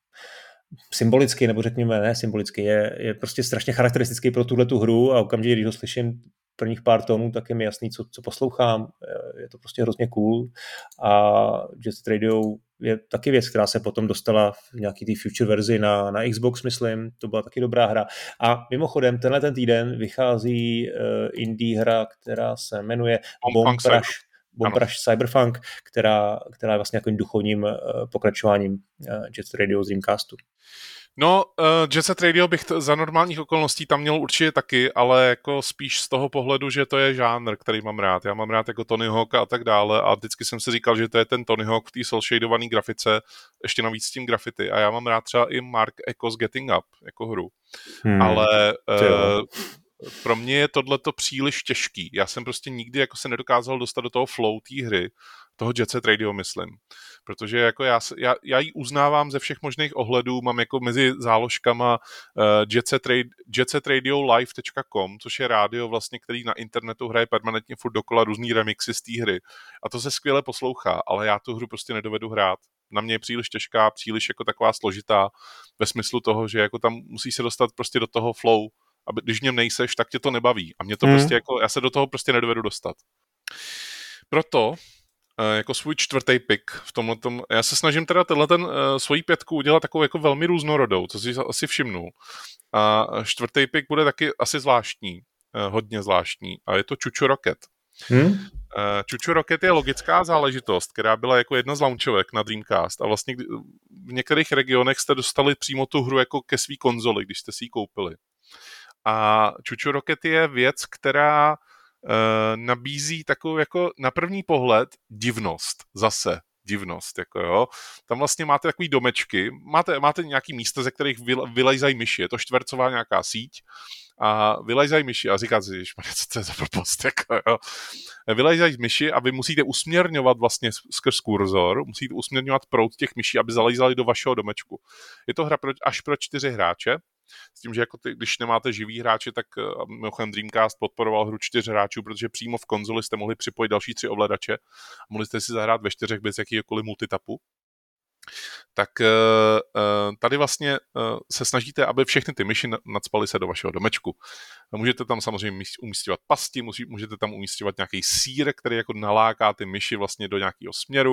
symbolický, nebo řekněme, ne symbolický, je, je prostě strašně charakteristický pro tuhletu hru a okamžitě, když ho slyším prvních pár tónů, tak je mi jasný, co, co poslouchám. Je to prostě hrozně cool a Jet Set Radio je taky věc, která se potom dostala v nějaký té future verzi na, na Xbox, myslím. To byla taky dobrá hra. A mimochodem, tenhle ten týden vychází uh, indie hra, která se jmenuje Bomb Rush, Bomb Rush Cyberpunk, která, která je vlastně jako duchovním uh, pokračováním uh, Jet Set Radio z Dreamcastu. No, uh, Jet Set Radio bych t- za normálních okolností tam měl určitě taky, ale jako spíš z toho pohledu, že to je žánr, který mám rád. Já mám rád jako Tony Hawk a tak dále a vždycky jsem si říkal, že to je ten Tony Hawk v té cel-shadované grafice, ještě navíc s tím graffiti. A já mám rád třeba i Mark Echo's Getting Up jako hru. Hmm. Ale uh, pro mě je tohleto příliš těžký. Já jsem prostě nikdy jako se nedokázal dostat do toho flow té hry, toho Jet Set Radio, myslím. Protože jako já, já, já ji uznávám ze všech možných ohledů, mám jako mezi záložkama uh, jet set radio, jet set radio live tečka com, což je rádio vlastně, který na internetu hraje permanentně furt dokola různý remixy z té hry. A to se skvěle poslouchá, ale já tu hru prostě nedovedu hrát. Na mě je příliš těžká, příliš jako taková složitá, ve smyslu toho, že jako tam musí se dostat prostě do toho flow, aby když v něm nejseš, tak tě to nebaví. A mě to hmm. prostě jako, já se do toho prostě nedovedu dostat. Proto jako svůj čtvrtý pick v tomhle tom. Já se snažím teda tenhle ten uh, svoji pětku udělat takovou jako velmi různorodou, co si asi všimnul. A čtvrtý pick bude taky asi zvláštní, uh, hodně zvláštní, a je to Chuchu Rocket. Hmm? Uh, Chuchu Rocket je logická záležitost, která byla jako jedna z launchovek na Dreamcast a vlastně v některých regionech jste dostali přímo tu hru jako ke svý konzoli, když jste si ji koupili. A Chuchu Rocket je věc, která Uh, nabízí takovou jako na první pohled divnost, zase divnost, jako jo. Tam vlastně máte takový domečky, máte, máte nějaký místa, ze kterých vylejzají myši, je to čtvercová nějaká síť a vylejzají myši a říkáte si, co to je za blbost, jako jo. Vylejzají myši a vy musíte usměrňovat vlastně skrz kurzor, musíte usměrňovat proud těch myší, aby zalejzali do vašeho domečku. Je to hra pro, až pro čtyři hráče, s tím, že jako ty, když nemáte živý hráče, tak mimochodem Dreamcast podporoval hru čtyř hráčů, protože přímo v konzoli jste mohli připojit další tři ovladače a mohli jste si zahrát ve čtyřech bez jakýkoliv multitapu. Tak tady vlastně se snažíte, aby všechny ty myši nacpaly se do vašeho domečku. Můžete tam samozřejmě umístěvat pasti, můžete tam umístěvat nějaký sýr, který jako naláká ty myši vlastně do nějakého směru.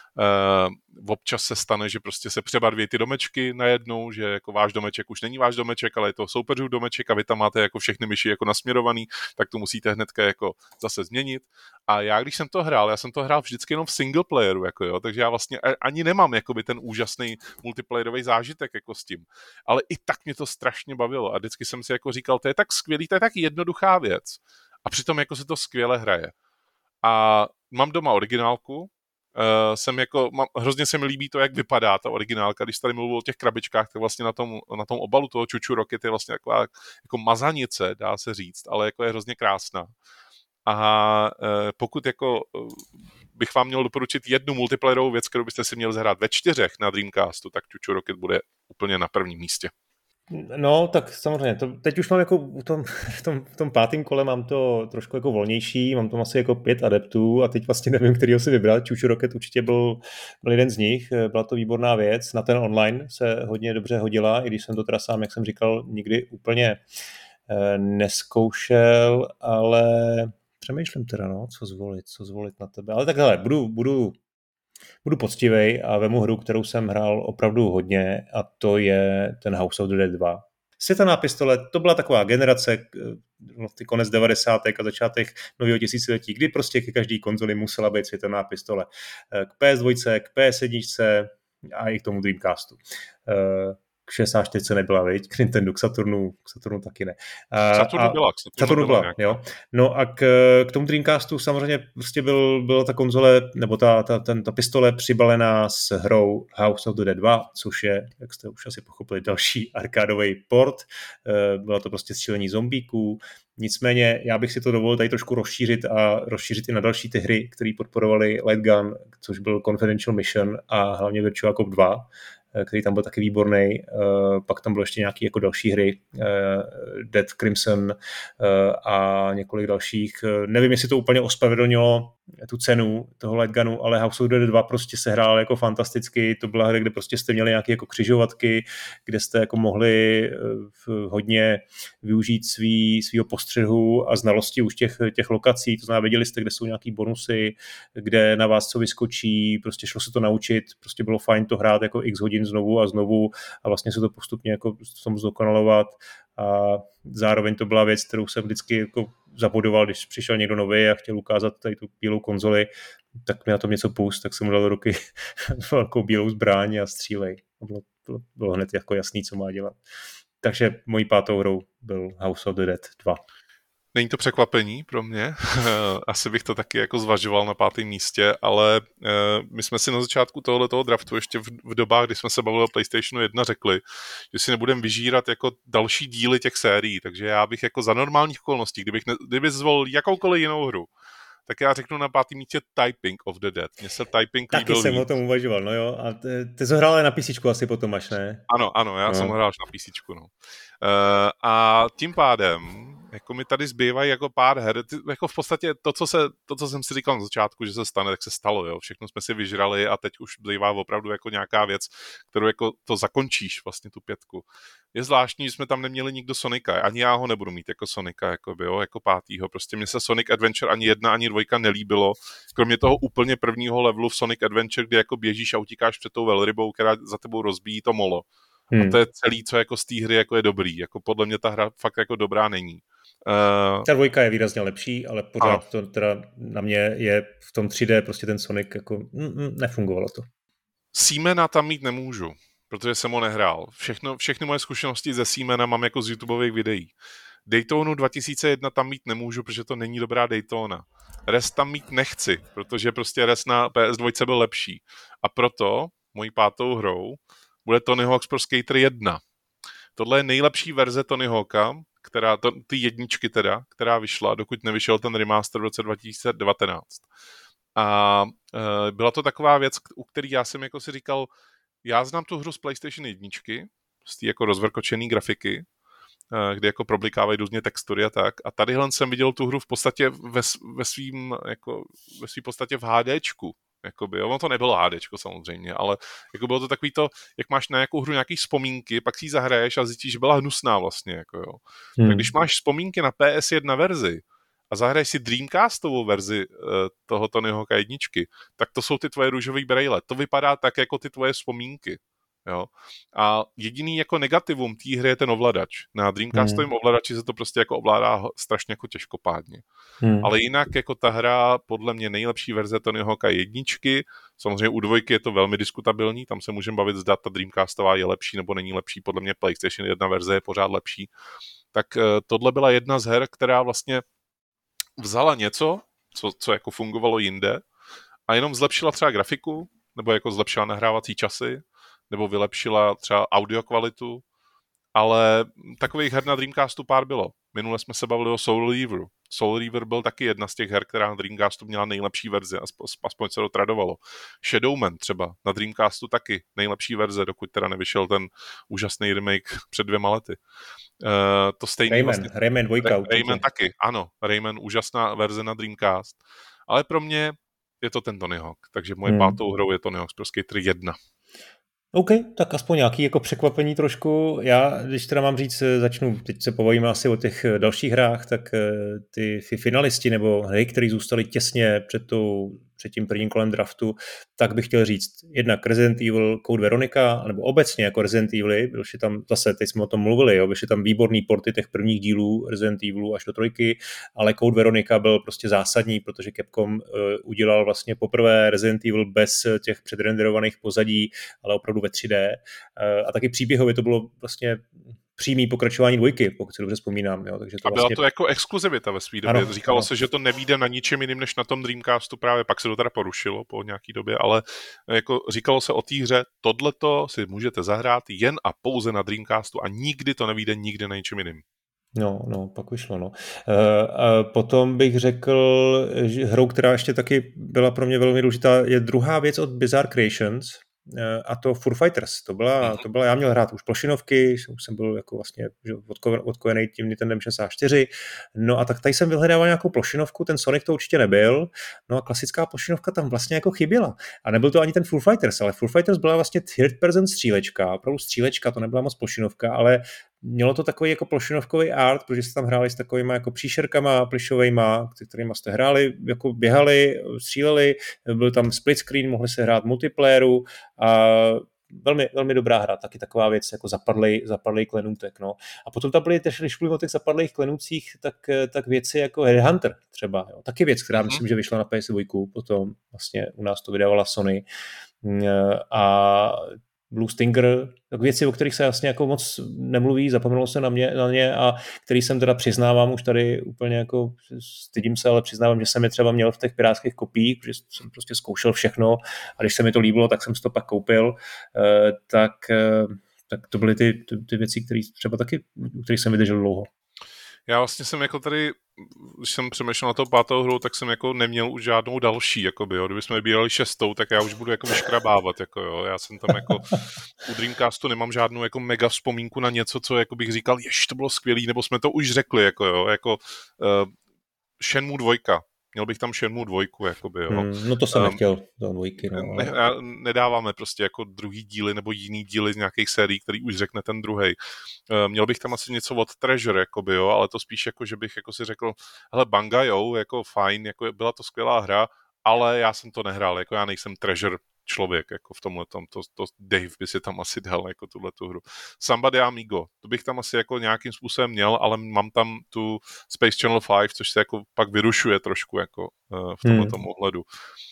Občas se stane, že prostě se přebarví ty domečky najednou, že jako váš domeček už není váš domeček, ale je to soupeřův domeček a vy tam máte jako všechny myši jako nasměrovaný, tak to musíte hnedka jako zase změnit. A já, když jsem to hrál, já jsem to hrál vždycky jenom v single playeru, jako jo, takže já vlastně ani nemám jakoby ten úžasný multiplayerový zážitek jako s tím. Ale i tak mě to strašně bavilo a vždycky jsem si jako říkal, to je tak skvělý, to je tak jednoduchá věc. A přitom jako se to skvěle hraje. A mám doma originálku, Uh, jsem jako, mám, hrozně se mi líbí to, jak vypadá ta originálka, když tady mluvil o těch krabičkách, tak vlastně na tom, na tom obalu toho Chuchu Rocket je vlastně taková jako mazanice, dá se říct, ale jako je hrozně krásná. A uh, pokud jako uh, bych vám měl doporučit jednu multiplayerovou věc, kterou byste si měli zahrát ve čtyřech na Dreamcastu, tak Chuchu Rocket bude úplně na prvním místě. No, tak samozřejmě. To, teď už mám jako v tom, v tom, v tom pátém kole mám to trošku jako volnější, mám tam asi jako pět adeptů a teď vlastně nevím, kterýho si vybrat. Chuchu Rocket určitě byl, byl jeden z nich, byla to výborná věc. Na ten online se hodně dobře hodila, i když jsem to teda sám, jak jsem říkal, nikdy úplně eh, neskoušel, ale přemýšlím teda, no, co zvolit, co zvolit na tebe. Ale takhle, budu, budu Budu poctivej a vemu hru, kterou jsem hrál opravdu hodně a to je ten House of the Dead dva. Světelná pistole, to byla taková generace, ty konec devadesátek a začátek nového tisíciletí, kdy prostě ke každý konzoli musela být světelná pistole. K P S dva, k P S jedna a i k tomu Dreamcastu. K šedesát čtyři nebyla, viď? K Nintendo, k Saturnu, k Saturnu taky ne. K Saturnu byla. K Saturnu, Saturnu byla, byla jo. No a k, k tomu Dreamcastu samozřejmě prostě byl, byla ta konzole, nebo ta, ta, ten, ta pistole přibalená s hrou House of the Dead dva, což je, jak jste už asi pochopili, další arkádový port. Bylo to prostě střílení zombíků. Nicméně já bych si to dovolil tady trošku rozšířit a rozšířit i na další ty hry, které podporovaly Light Gun, což byl Confidential Mission a hlavně Virtua Cop dva, který tam byl taky výborný. Pak tam bylo ještě nějaké jako další hry, Dead Crimson a několik dalších. Nevím, jestli to úplně ospravedlnilo tu cenu toho Light Gunu, ale House of the Dead dva prostě se hrál jako fantasticky. To byla hra, kde prostě jste měli nějaké jako křižovatky, kde jste jako mohli hodně využít svý, svýho postřehu a znalosti už těch, těch lokací. To znamená, věděli jste, kde jsou nějaký bonusy, kde na vás co vyskočí, prostě šlo se to naučit, prostě bylo fajn to hrát jako x hodin znovu a znovu a vlastně se to postupně jako tomu zdokonalovat. A zároveň to byla věc, kterou jsem vždycky jako zabodoval, když přišel někdo nový a chtěl ukázat tady tu bílou konzoli, tak mi na tom něco pust, tak jsem mu dal do ruky velkou bílou zbraň a střílej. Bylo, bylo, bylo hned jako jasný, co má dělat. Takže mojí pátou hrou byl House of the Dead dva. Není to překvapení pro mě, asi bych to taky jako zvažoval na pátém místě, ale my jsme si na začátku tohoto draftu ještě v, v dobách, kdy jsme se bavili o PlayStationu jedna řekli, že si nebudeme vyžírat jako další díly těch sérií, takže já bych jako za normálních okolností, kdybych, ne, kdybych zvolil jakoukoliv jinou hru, tak já řeknu na pátém místě Typing of the Dead. Mně se Typing líbil. Taky jsem o tom uvažoval, no jo. A ty, ty jsi hrál na písíčku asi potom až, ne? Ano, ano, já no. jsem hrál na písíčku, no. Uh, a tím pádem jako mi tady zbývají jako pár her, ty, jako v podstatě to co, se, to, co jsem si říkal na začátku, že se stane, tak se stalo, jo, všechno jsme si vyžrali a teď už zbývá opravdu jako nějaká věc, kterou jako to zakončíš vlastně tu pětku. Je zvláštní, že jsme tam neměli nikdo Sonika, ani já ho nebudu mít jako Sonika, jako, by, jo, jako pátýho, prostě mně se Sonic Adventure ani jedna, ani dvojka nelíbilo, kromě toho úplně prvního levelu v Sonic Adventure, kdy jako běžíš a utíkáš před tou velrybou, která za tebou rozbíjí to molo. Hmm. A to je celý, co jako z té hry jako je dobrý. Jako podle mě ta hra fakt jako dobrá není. Uh... Ta dvojka je výrazně lepší, ale pořád a. to teda na mě je v tom tři dé prostě ten Sonic jako mm, mm, nefungovalo to. Seamana tam mít nemůžu, protože jsem ho nehrál. Všechno, všechny moje zkušenosti ze Seamana mám jako z YouTubeových videí. Daytonu dva tisíce jedna tam mít nemůžu, protože to není dobrá Daytona. Res tam mít nechci, protože prostě Res na P S dva byl lepší. A proto mojí pátou hrou bude Tony Hawk's Pro Skater jedna. Tohle je nejlepší verze Tony Hawka, která, to, ty jedničky teda, která vyšla, dokud nevyšel ten remaster v roce dva tisíce devatenáct. A e, byla to taková věc, u který já jsem jako si říkal, já znám tu hru z PlayStation jedničky, z té jako rozvrkočený grafiky, e, kde jako problikávají různě textury a tak. A tadyhle jsem viděl tu hru v podstatě ve, ve svým, jako ve svým podstatě v HDčku. Jakoby, jo, ono to nebylo HDčko samozřejmě, ale jako bylo to takový to, jak máš na nějakou hru nějaký vzpomínky, pak si ji zahraješ a zjistíš, že byla hnusná vlastně, jako jo. Hmm. Tak když máš vzpomínky na P S jedna verzi a zahraješ si Dreamcastovou verzi uh, toho Tony Hawka jedničky, tak to jsou ty tvoje růžový brejle. To vypadá tak jako ty tvoje vzpomínky. Jo. A jediný jako negativum té hry je ten ovladač. Na Dreamcastovém hmm. ovladači se to prostě jako ovládá strašně jako těžkopádně. Hmm. Ale jinak jako ta hra podle mě nejlepší verze Tony Hawka jedničky. Samozřejmě u dvojky je to velmi diskutabilní, tam se můžeme bavit, zda ta Dreamcastová je lepší nebo není lepší. Podle mě PlayStation jedna verze je pořád lepší. Tak tohle byla jedna z her, která vlastně vzala něco, co, co jako fungovalo jinde a jenom zlepšila třeba grafiku, nebo jako zlepšila nahrávací časy, nebo vylepšila třeba audio kvalitu, ale takových her na Dreamcastu pár bylo. Minule jsme se bavili o Soul Reaveru. Soul Reaver byl taky jedna z těch her, která na Dreamcastu měla nejlepší verze, aspoň se to tradovalo. Shadowman třeba na Dreamcastu taky nejlepší verze, dokud teda nevyšel ten úžasný remake před dvěma lety. Uh, to stejný Rayman, vlastně, Rayman dvojka. Ray, Rayman taky, ano. Rayman, úžasná verze na Dreamcast. Ale pro mě je to ten Tony Hawk, takže moje hmm. pátou hrou je Tony Hawk's Pro Skater jedna. OK, tak aspoň nějaký jako překvapení trošku. Já, když teda mám říct, začnu, teď se pobavíme asi o těch dalších hrách, tak ty finalisti nebo hry, které zůstaly těsně před, tou, před tím prvním kolem draftu, tak bych chtěl říct jednak Resident Evil Code Veronica, nebo obecně jako Resident Evil, byly tam zase, teď jsme o tom mluvili, jo, byly tam výborný porty těch prvních dílů Resident Evilu až do trojky, ale Code Veronica byl prostě zásadní, protože Capcom uh, udělal vlastně poprvé Resident Evil bez těch předrenderovaných pozadí, ale opravdu ve tři dé. Uh, a taky příběhově to bylo vlastně přímý pokračování dvojky, pokud si dobře vzpomínám. Jo. Takže to a byla vlastně... to jako exkluzivita ve své době. Ano, Říkalo ano. se, že to nevyjde na ničem jiným než na tom Dreamcastu, právě pak se to teda porušilo po nějaký době, ale jako říkalo se o té hře, tohleto si můžete zahrát jen a pouze na Dreamcastu a nikdy to nevyjde nikdy na ničem jiným. No, no, pak vyšlo, no. A potom bych řekl, že hrou, která ještě taky byla pro mě velmi důležitá, je druhá věc od Bizarre Creations, a to Foo Fighters. To byla, to byla, já měl hrát už plošinovky, už jsem byl jako vlastně odkojený tím Nintendo šedesát čtyři, no a tak tady jsem vyhledával nějakou plošinovku, ten Sonic to určitě nebyl, no a klasická plošinovka tam vlastně jako chyběla. A nebyl to ani ten Foo Fighters, ale Foo Fighters byla vlastně third person střílečka, opravdu střílečka, to nebyla moc plošinovka, ale mělo to takový jako plošinovkový art, protože jste tam hráli s takovýma jako příšerkama plišovejma, kterýma jste hráli, jako běhali, stříleli, byl tam split screen, mohli se hrát multiplayeru a velmi, velmi dobrá hra, taky taková věc jako zapadlej, zapadlej klenůtek. No. A potom tam byly, když mluvím o těch zapadlých klenůcích, tak, tak věci jako Headhunter třeba. Jo. Taky věc, která mm-hmm. myslím, že vyšla na P S dva, potom vlastně u nás to vydávala Sony. A Blue Stinger, tak věci, o kterých se vlastně jako moc nemluví, zapomnělo se na mě, na ně a který jsem teda přiznávám už tady úplně jako, stydím se, ale přiznávám, že jsem je třeba měl v těch pirátských kopiích, protože jsem prostě zkoušel všechno a když se mi to líbilo, tak jsem si to pak koupil, tak, tak to byly ty, ty, ty věci, které třeba taky, kterých jsem vydržel dlouho. Já vlastně jsem jako tady, když jsem přemýšlel na to pátou hru, tak jsem jako neměl už žádnou další, jakoby, jo. Kdybychom vybírali šestou, tak já už budu jako vyškrabávat, jako jo. Já jsem tam jako u Dreamcastu nemám žádnou jako mega vzpomínku na něco, co jako bych říkal, jež to bylo skvělý, nebo jsme to už řekli, jako jo, jako uh, Shenmue dva. Měl bych tam Shenmue dva, jakoby, jo. Hmm, no to jsem um, nechtěl, to dvojky, no. Ne, nedáváme prostě jako druhý díly nebo jiný díly z nějakých sérií, který už řekne ten druhej. Uh, měl bych tam asi něco od Treasure, jakoby, jo, ale to spíš jako, že bych jako si řekl, hele, Banga, jo, jako fajn, jako byla to skvělá hra, ale já jsem to nehrál, jako já nejsem Treasure člověk, jako v tomhle tom, to, to Dave by si tam asi dal, jako tuhletu hru. Samba de Amigo, to bych tam asi jako nějakým způsobem měl, ale mám tam tu Space Channel pět, což se jako pak vyrušuje trošku, jako uh, v tomhle tom hmm. ohledu.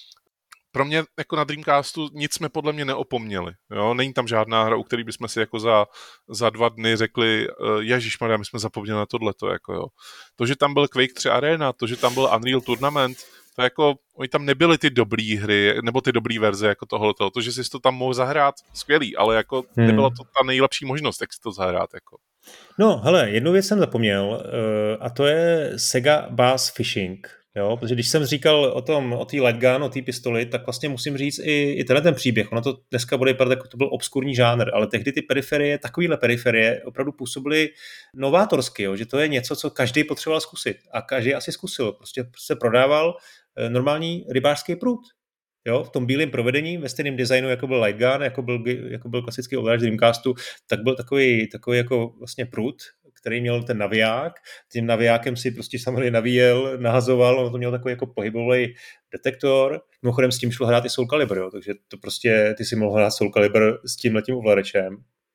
Pro mě jako na Dreamcastu nic jsme podle mě neopomněli. Jo? Není tam žádná hra, u který bychom si jako za, za dva dny řekli, uh, ježišmarja, my jsme zapomněli na tohleto. Jako, jo. To, že tam byl Quake tři Arena, to, že tam byl Unreal Tournament, to jako, oni tam nebyly ty dobrý hry, nebo ty dobrý verze jako tohleto. To, že jsi to tam mohl zahrát, skvělý, ale jako hmm. nebyla to ta nejlepší možnost, jak si to zahrát. Jako. No, hele, jednu věc jsem zapomněl, uh, a to je Sega Bass Fishing. Jo, protože když jsem říkal o tom, o té light gun, o té pistoli, tak vlastně musím říct i, i tenhle ten příběh. Ono to dneska bude vypadat, jako to byl obskurní žánr, ale tehdy ty periferie, takovýhle periferie opravdu působily novátorsky, jo, že to je něco, co každý potřeboval zkusit a každý asi zkusil. Prostě se prodával normální rybářský prut. Jo, v tom bílém provedení, ve stejném designu, jako byl light gun, jako byl, jako byl klasický ovladač Dreamcastu, tak byl takový, takový jako vlastně prut, který měl ten naviják. Tím navijákem si prostě samozřejmě navíjel, nahazoval, on to měl takový jako pohybový detektor. Mimochodem s tím šlo hrát i Soul Calibur, jo, takže to prostě ty si mohl hrát Soul Calibur s tímhletím ovladačem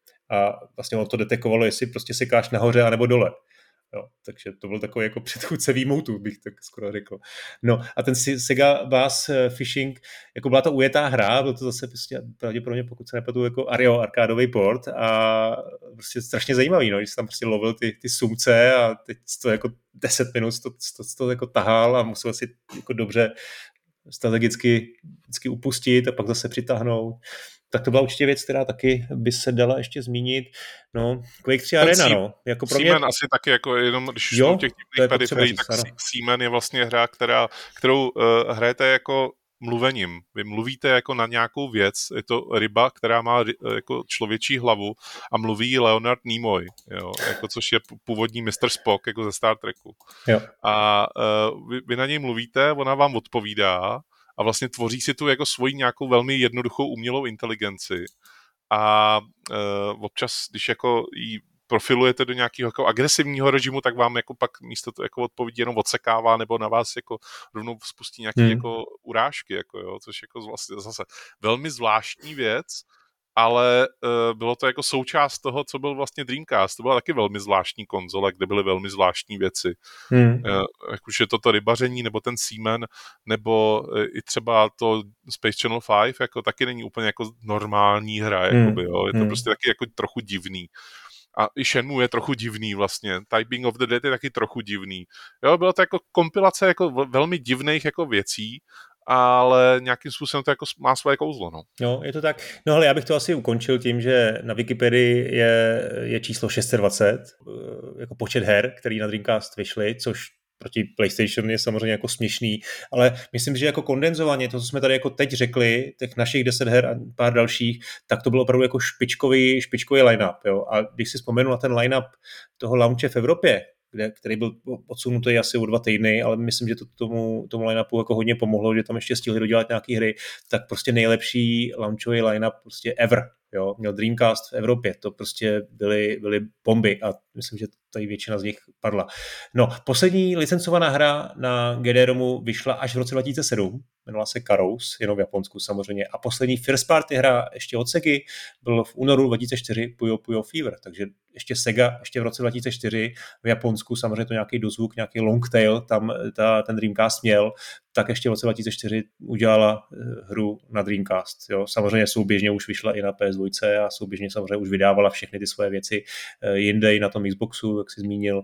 a vlastně on to detekovalo, jestli prostě sekáš nahoře anebo dole. Jo, takže to byl takový jako předchůdce výmoutu, bych tak skoro řekl. No a ten Sega Bass Fishing, jako byla to ujetá hra, byl to zase prostě pravděpodobně, pokud se nepletu, jako Ario arkádový port a prostě strašně zajímavý, no, když jsi tam prostě lovil ty, ty sumce a teď to jako deset minut to, to, to jako tahal a musel si jako dobře strategicky vždycky upustit a pak zase přitáhnout. Tak to byla určitě věc, která taky by se dala ještě zmínit. No, Quake tři Arena, no. Jako pro mě... Seaman asi taky, jako jenom když jo, jsou těch divných periferií, tak Seaman je vlastně hra, která, kterou uh, hrajete jako mluvením. Vy mluvíte jako na nějakou věc, je to ryba, která má jako člověčí hlavu a mluví Leonard Nimoy, jo, jako, což je původní mister Spock, jako ze Star Treku. Jo. A uh, vy, vy na něj mluvíte, ona vám odpovídá a vlastně tvoří si tu jako svoji nějakou velmi jednoduchou umělou inteligenci. A uh, občas, když jako jí profilujete do nějakého jako agresivního režimu, tak vám jako pak místo to jako odpovědí jenom odsekává nebo na vás jako rovnou spustí nějaké hmm. jako urážky, jako jo, což jako vlastně zase velmi zvláštní věc, ale uh, bylo to jako součást toho, co byl vlastně Dreamcast. To byla taky velmi zvláštní konzole, kde byly velmi zvláštní věci. Hmm. Uh, jak už je to to rybaření, nebo ten Seaman, nebo uh, i třeba to Space Channel pět, jako taky není úplně jako normální hra, hmm. jakoby, jo. Je to hmm. prostě taky jako trochu divný. A i Shenmue je trochu divný vlastně. Typing of the Dead je taky trochu divný. Jo, byla to jako kompilace jako velmi divných jako věcí, ale nějakým způsobem to jako má své kouzlo. No. no, je to tak. No ale já bych to asi ukončil tím, že na Wikipedii je, je číslo šest set dvacet, jako počet her, který na Dreamcast vyšly, což proti PlayStation je samozřejmě jako směšný, ale myslím, že jako kondenzovaně, to, co jsme tady jako teď řekli, těch našich deset her a pár dalších, tak to byl opravdu jako špičkový, špičkový line-up. Jo? A když si vzpomenu na ten line-up toho launche v Evropě, kde, který byl odsunutý asi o dva týdny, ale myslím, že to tomu, tomu line-upu jako hodně pomohlo, že tam ještě stihli dodělat nějaké hry, tak prostě nejlepší launchový line-up prostě ever. Jo, měl Dreamcast v Evropě, to prostě byly, byly bomby a myslím, že tady většina z nich padla. No, poslední licencovaná hra na G D ROMu vyšla až v roce dva tisíce sedm, jmenovala se Karous, jenom v Japonsku samozřejmě, a poslední first party hra ještě od Segy byl v únoru dva tisíce čtyři Puyo Puyo Fever, takže ještě Sega, ještě v roce dva tisíce čtyři v Japonsku, samozřejmě to nějaký dozvuk, nějaký long tail, tam ta, ten Dreamcast měl, tak ještě v roce dva tisíce čtyři udělala hru na Dreamcast. Jo. Samozřejmě souběžně už vyšla i na P S dva a souběžně samozřejmě už vydávala všechny ty svoje věci jinde i na tom Xboxu, jak jsi zmínil,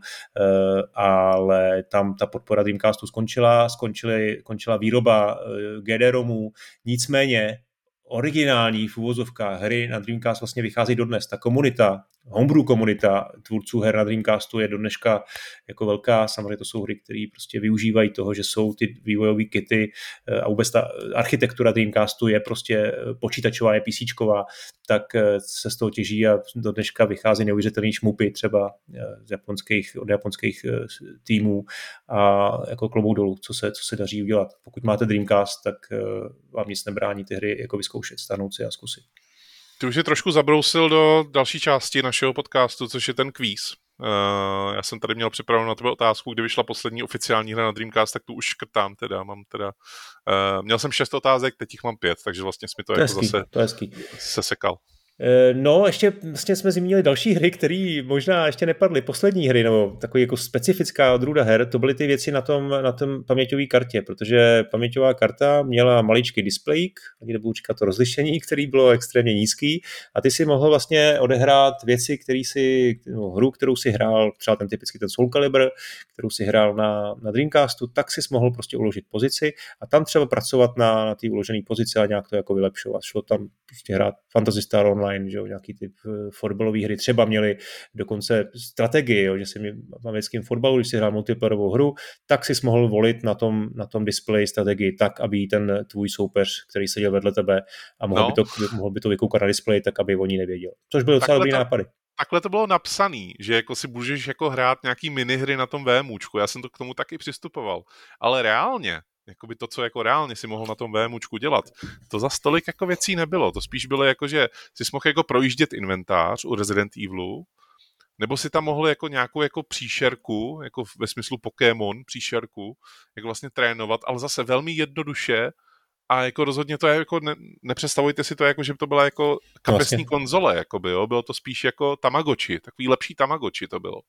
ale tam ta podpora Dreamcastu skončila, skončily, končila výroba G D ROMů, nicméně originální v uvozovkách hry na Dreamcast vlastně vychází dodnes. Ta komunita homebrew komunita tvůrců her na Dreamcastu je do dneška jako velká. Samozřejmě to jsou hry, které prostě využívají toho, že jsou ty vývojové kity a vůbec ta architektura Dreamcastu je prostě počítačová, je PCčková, tak se z toho těží a do dneška vychází neuvěřitelný šmupy třeba z japonských, od japonských týmů a jako klobouk dolů, co se, co se daří udělat. Pokud máte Dreamcast, tak vám nic nebrání ty hry jako vyzkoušet, stáhnout si a zkusit. Ty už je trošku zabrousil do další části našeho podcastu, což je ten kvíz. Uh, já jsem tady měl připravenou na tebe otázku, kdy vyšla poslední oficiální hra na Dreamcast, tak tu už škrtám teda. Mám teda uh, měl jsem šest otázek, teď jich mám pět, takže vlastně jsi mi to, to jako hezký, zase to hezký. sesekal. No, ještě vlastně jsme zmínili další hry, které možná ještě nepadly. Poslední hry, nebo takový jako specifická odrůda her, to byly ty věci na tom, na tom paměťové kartě, protože paměťová karta měla maličký displejk, ani nebudu říkat to rozlišení, který bylo extrémně nízký a ty si mohl vlastně odehrát věci, který si, no, hru, kterou si hrál, třeba ten typický ten Soul Calibur, kterou si hrál na, na Dreamcastu, tak si mohl prostě uložit pozici a tam třeba pracovat na, na té uložené pozici a nějak to jako vylepšovat. Šlo tam prostě hrát Phantasy Star Online, že jo, nějaký typ fotbalové hry, třeba měli dokonce strategii, jo, že si v americkém fotbalu, když si hrál multiplayerovou hru, tak si mohl volit na tom, na tom displeji strategii tak, aby ten tvůj soupeř, který seděl vedle tebe a mohl, no. by, to, mohl by to vykoukat na displeji, tak aby o ní nevěděl. Což byly docela dobrý nápady. Takhle to bylo napsaný, že jako si můžeš jako hrát nějaký minihry na tom VMUčku. Já jsem to k tomu taky přistupoval. Ale reálně, jakoby to, co jako reálně si mohl na tom VMUčku dělat, to za stolik jako věcí nebylo. To spíš bylo jako, že si mohl jako projíždět inventář u Resident Evilu, nebo si tam mohl jako nějakou jako příšerku, jako ve smyslu Pokémon příšerku, jako vlastně trénovat, ale zase velmi jednoduše a jako rozhodně to je jako, ne, nepředstavujte si to jako, že to byla jako kapesní vlastně konzole, jakoby, jo? Bylo to spíš jako Tamagotchi, takový lepší Tamagotchi to bylo.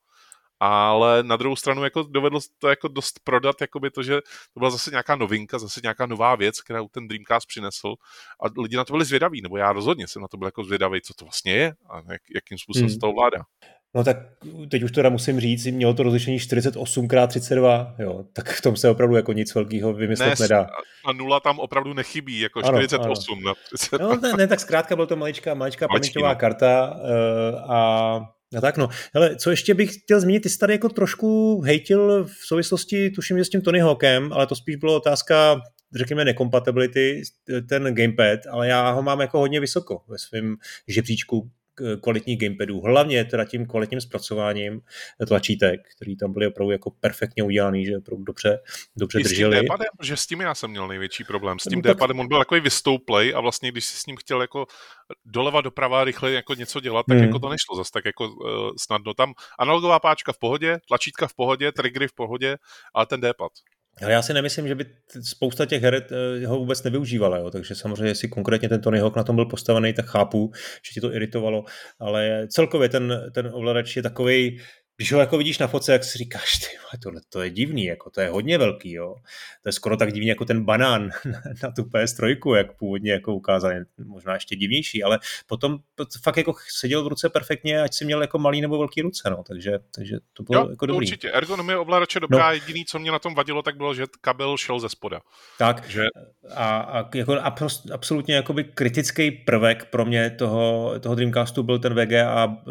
Ale na druhou stranu jako dovedlo to jako dost prodat, jakoby to, že to byla zase nějaká novinka, zase nějaká nová věc, kterou ten Dreamcast přinesl a lidi na to byli zvědaví, nebo já rozhodně jsem na to byl jako zvědavý, co to vlastně je a jak, jakým způsobem hmm. se to ovládá. No tak teď už teda musím říct, mělo to rozlišení čtyřicet osm krát třicet dva, jo, tak v tom se opravdu jako nic velkého vymyslet ne, nedá. A nula tam opravdu nechybí, jako ano, čtyřicet osm ano. Na třicet dva. No ne, ne, tak zkrátka byla to maličká, maličká paměťová no. karta uh, a No tak no, hele, co ještě bych chtěl zmínit, ty jsi tady jako trošku hejtil v souvislosti, tuším, že s tím Tony Hawkem, ale to spíš byla otázka, řekněme, nekompatibility, ten gamepad, ale já ho mám jako hodně vysoko ve svém žebříčku kvalitních gamepadů, hlavně teda tím kvalitním zpracováním tlačítek, který tam byly opravdu jako perfektně udělaný, že opravdu dobře, dobře I drželi. S tím D-padem, že s tím já jsem měl největší problém. S tím no, D-padem on byl takový vystouplej a vlastně, když si s ním chtěl jako doleva doprava rychle jako něco dělat, tak hmm. jako to nešlo zase tak jako uh, snadno. Tam analogová páčka v pohodě, tlačítka v pohodě, triggery v pohodě, ale ten D-pad. Ale já si nemyslím, že by spousta těch her ho vůbec nevyužívala, jo. Takže samozřejmě, jestli konkrétně ten Tony Hawk na tom byl postavený, tak chápu, že ti to iritovalo, ale celkově ten, ten ovladač je takovej, když ho jako vidíš na fotce, jak si říkáš, ty, tohle to je divný, jako to je hodně velký, jo. To je skoro tak divný jako ten banán na tu P S tři, jak původně jako ukázali, možná ještě divnější, ale potom fakt jako seděl v ruce perfektně, ať si měl jako malý nebo velký ruce, no, takže, takže to bylo jo, jako dobrý. Určitě, ergonomie ovladače dobrá, no. Jediný, co mě na tom vadilo, tak bylo, že kabel šel ze spoda. Tak že... a, a jako absolutně jakoby kritický prvek pro mě toho, toho Dreamcastu byl ten V G A uh,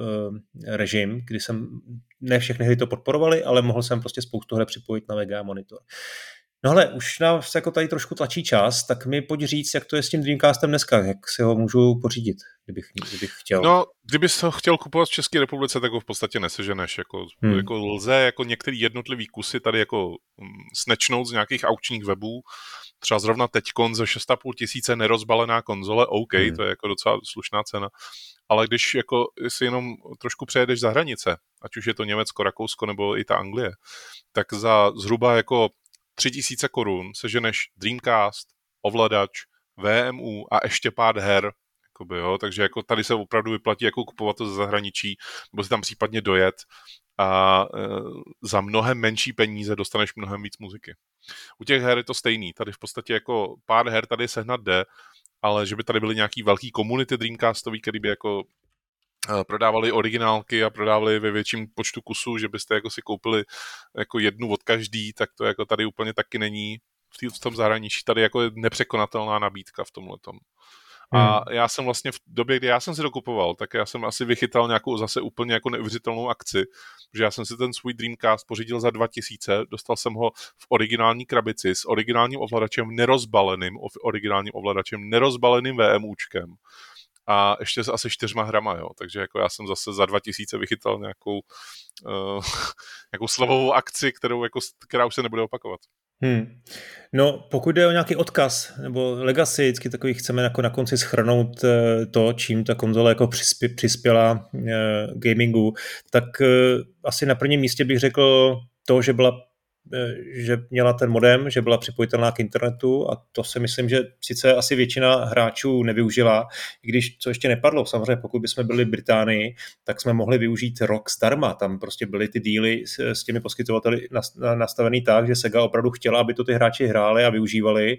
režim, kdy jsem ne všechny hry to podporovaly, ale mohl jsem prostě spoustu her připojit na V G A monitor. No hele, už nás jako tady trošku tlačí čas, tak mi pojď říct, jak to je s tím Dreamcastem dneska, jak si ho můžu pořídit, kdybych, kdybych chtěl. No, kdybys ho chtěl kupovat v České republice, tak ho v podstatě neseženeš. Jako, hmm. jako lze jako některý jednotlivý kusy tady jako snatchnout z nějakých aukčních webů, třeba zrovna teďkon za šest a půl tisíce nerozbalená konzole, OK, hmm. to je jako docela slušná cena. Ale když jako si jenom trošku přejedeš za hranice, ať už je to Německo, Rakousko nebo i ta Anglie, tak za zhruba jako tři tisíce korun seženeš Dreamcast, ovladač, V M U a ještě pár her. Jakoby, jo? Takže jako tady se opravdu vyplatí jako kupovat to ze zahraničí, nebo si tam případně dojet a e, za mnohem menší peníze dostaneš mnohem víc muziky. U těch her je to stejný. Tady v podstatě jako pár her tady sehnat jde, ale že by tady byly nějaký velký komunity Dreamcastový, který by jako prodávali originálky a prodávali ve větším počtu kusů, že byste jako si koupili jako jednu od každý, tak to jako tady úplně taky není. V tom zahraničí tady jako je nepřekonatelná nabídka v tomhletom. A hmm. já jsem vlastně v době, kdy já jsem si to kupoval, tak já jsem asi vychytal nějakou zase úplně jako neuvěřitelnou akci, protože já jsem si ten svůj Dreamcast pořídil za dva tisíce, dostal jsem ho v originální krabici s originálním ovladačem nerozbaleným, originálním ovladačem nerozbaleným VMUčkem. A ještě s asi čtyřma hrama, jo. Takže jako já jsem zase za dva tisíce vychytal nějakou, uh, nějakou slavovou akci, kterou jako, která už se nebude opakovat. Hmm. No, pokud jde o nějaký odkaz nebo legacy, vždycky takový chceme jako na konci shrnout to, čím ta konzole jako přispě, přispěla uh, gamingu, tak uh, asi na prvním místě bych řekl to, že byla že měla ten modem, že byla připojitelná k internetu a to si myslím, že sice asi většina hráčů nevyužila, i když co ještě nepadlo, samozřejmě pokud bychom byli v Británii, tak jsme mohli využít rok zdarma, tam prostě byly ty díly s, s těmi poskytovateli nastavený tak, že Sega opravdu chtěla, aby to ty hráči hráli a využívali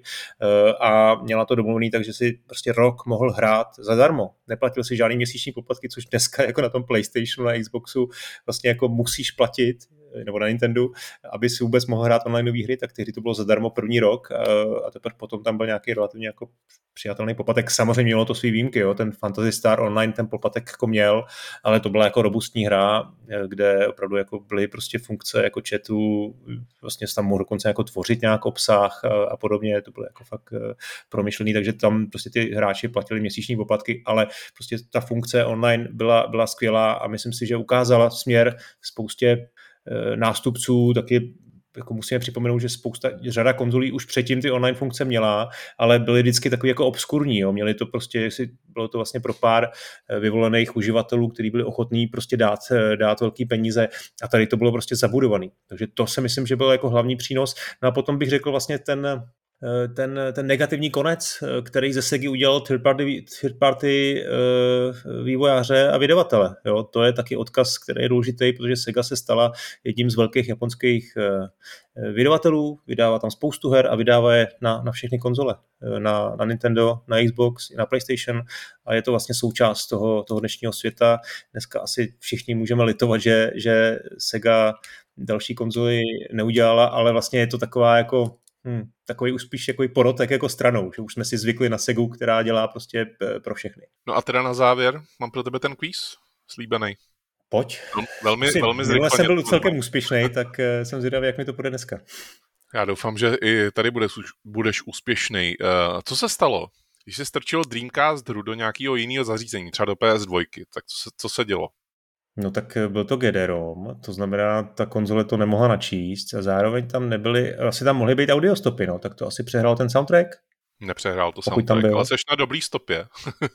a měla to domluvený, takže si prostě rok mohl hrát zadarmo, neplatil si žádný měsíční poplatky, což dneska jako na tom PlayStationu, na Xboxu vlastně jako musíš platit, nebo na Nintendo, aby si vůbec mohl hrát onlineové hry, tak tehdy to bylo zadarmo první rok a teprve potom tam byl nějaký relativně jako přijatelný poplatek. Samozřejmě mělo to svý výjimky, jo. Ten Phantasy Star Online ten poplatek jako měl, ale to byla jako robustní hra, kde opravdu jako byly prostě funkce jako chatu, vlastně tam mohl dokonce jako tvořit nějak obsah a podobně, to bylo jako fakt promyšlený, takže tam prostě ty hráči platili měsíční poplatky, ale prostě ta funkce online byla, byla skvělá a myslím si, že ukázala směr spoustě nástupců, taky jako musíme připomenout, že spousta, řada konzolí už předtím ty online funkce měla, ale byly vždycky takový jako obskurní, jo. Měli to prostě, jestli bylo to vlastně pro pár vyvolených uživatelů, kteří byli ochotní prostě dát, dát velký peníze a tady to bylo prostě zabudovaný. Takže to si myslím, že byl jako hlavní přínos. No a potom bych řekl vlastně ten Ten, ten negativní konec, který ze Segy udělal third party, third party uh, vývojáře a vydavatele. Jo, to je taky odkaz, který je důležitý, protože Sega se stala jedním z velkých japonských uh, vydavatelů, vydává tam spoustu her a vydává je na, na všechny konzole. Na, na Nintendo, na Xbox, na PlayStation a je to vlastně součást toho, toho dnešního světa. Dneska asi všichni můžeme litovat, že, že Sega další konzoli neudělala, ale vlastně je to taková jako Hmm, takový už spíš jako porotek jako stranou, že už jsme si zvykli na Segu, která dělá prostě pro všechny. No a teda na závěr mám pro tebe ten quiz slíbený. Pojď. No, velmi, Musím, velmi zrychleně. Jsem byl celkem úspěšný, tak jsem zvědavý, jak mi to bude dneska. Já doufám, že i tady budeš, budeš úspěšný. Uh, co se stalo, když jsi strčil Dreamcast hru do nějakého jiného zařízení, třeba do P S dva, tak co se, co se dělo? No tak byl to G D ROM, to znamená, ta konzole to nemohla načíst a zároveň tam nebyly, asi tam mohly být audiostopy, no, tak to asi přehrál ten soundtrack? Nepřehrál to soundtrack, ale seš na dobrý stopě.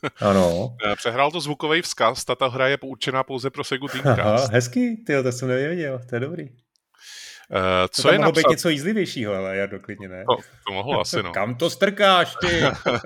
Ano. Přehrál to zvukový vzkaz, tato hra je určená pouze pro Segu Dreamcast. Aha, hezký, tyjo, to jsem nevěděl, to je dobrý. Uh, co co tam je mohlo napsat... být něco jízlivějšího, ale já doklidně ne. To, to mohlo asi, no. Kam to strkáš, ty?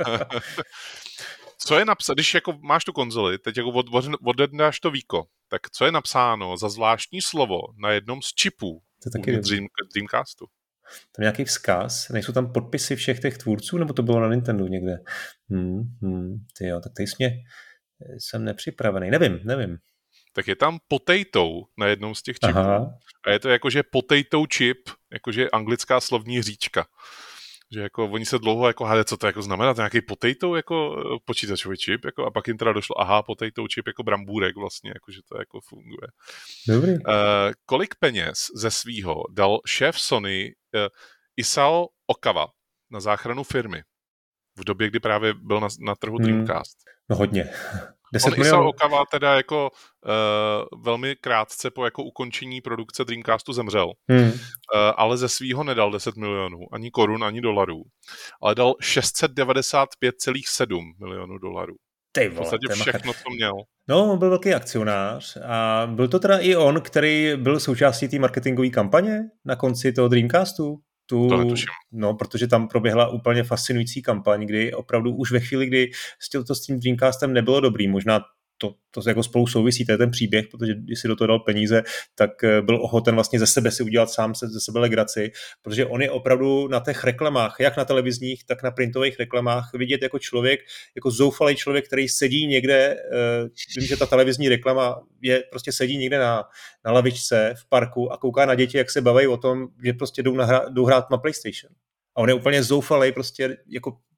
Co je napsáno, když jako máš tu konzoli, teď jako od, od, odednáš to víko, tak co je napsáno za zvláštní slovo na jednom z čipů Dream, Dreamcastu? Tam nějaký vzkaz, nejsou tam podpisy všech těch tvůrců, nebo to bylo na Nintendo někde? Hmm, hmm, tyjo, tak teď mě jsem nepřipravený, nevím, nevím. Tak je tam potato na jednom z těch čipů. Aha. A je to jakože potato chip, jakože anglická slovní hříčka. Že jako oni se dlouho jako hádali, co to jako znamená, to nějaký potato jako počítačový čip, jako, a pak jim teda došlo, aha, potato chip jako brambůrek vlastně, jako, že to jako funguje. Dobrý. Uh, kolik peněz ze svýho dal šéf Sony uh, Isao Okawa na záchranu firmy v době, kdy právě byl na, na trhu Dreamcast? Hmm, no hodně. On Isao Okawa teda jako uh, velmi krátce po jako ukončení produkce Dreamcastu zemřel. Hmm. Uh, ale ze svýho nedal deset milionů, ani korun, ani dolarů. Ale dal šest set devadesát pět celá sedm milionů dolarů. Ty vole, v podstatě všechno, co měl. No, on byl velký akcionář a byl to teda i on, který byl součástí té marketingové kampaně na konci toho Dreamcastu. Tu, to netuším. No, protože tam proběhla úplně fascinující kampaň, kdy opravdu už ve chvíli, kdy to s tím Dreamcastem nebylo dobrý, možná to, to jako spolu souvisí, to je ten příběh, protože když si do toho dal peníze, tak byl ochoten vlastně ze sebe si udělat sám se, ze sebe legraci, protože on je opravdu na těch reklamách, jak na televizních, tak na printových reklamách vidět jako člověk, jako zoufalý člověk, který sedí někde, uh, vím, že ta televizní reklama je, prostě sedí někde na, na lavičce v parku a kouká na děti, jak se baví o tom, že prostě jdou, nahra, jdou hrát na PlayStation. A on je úplně zoufalý, prostě jako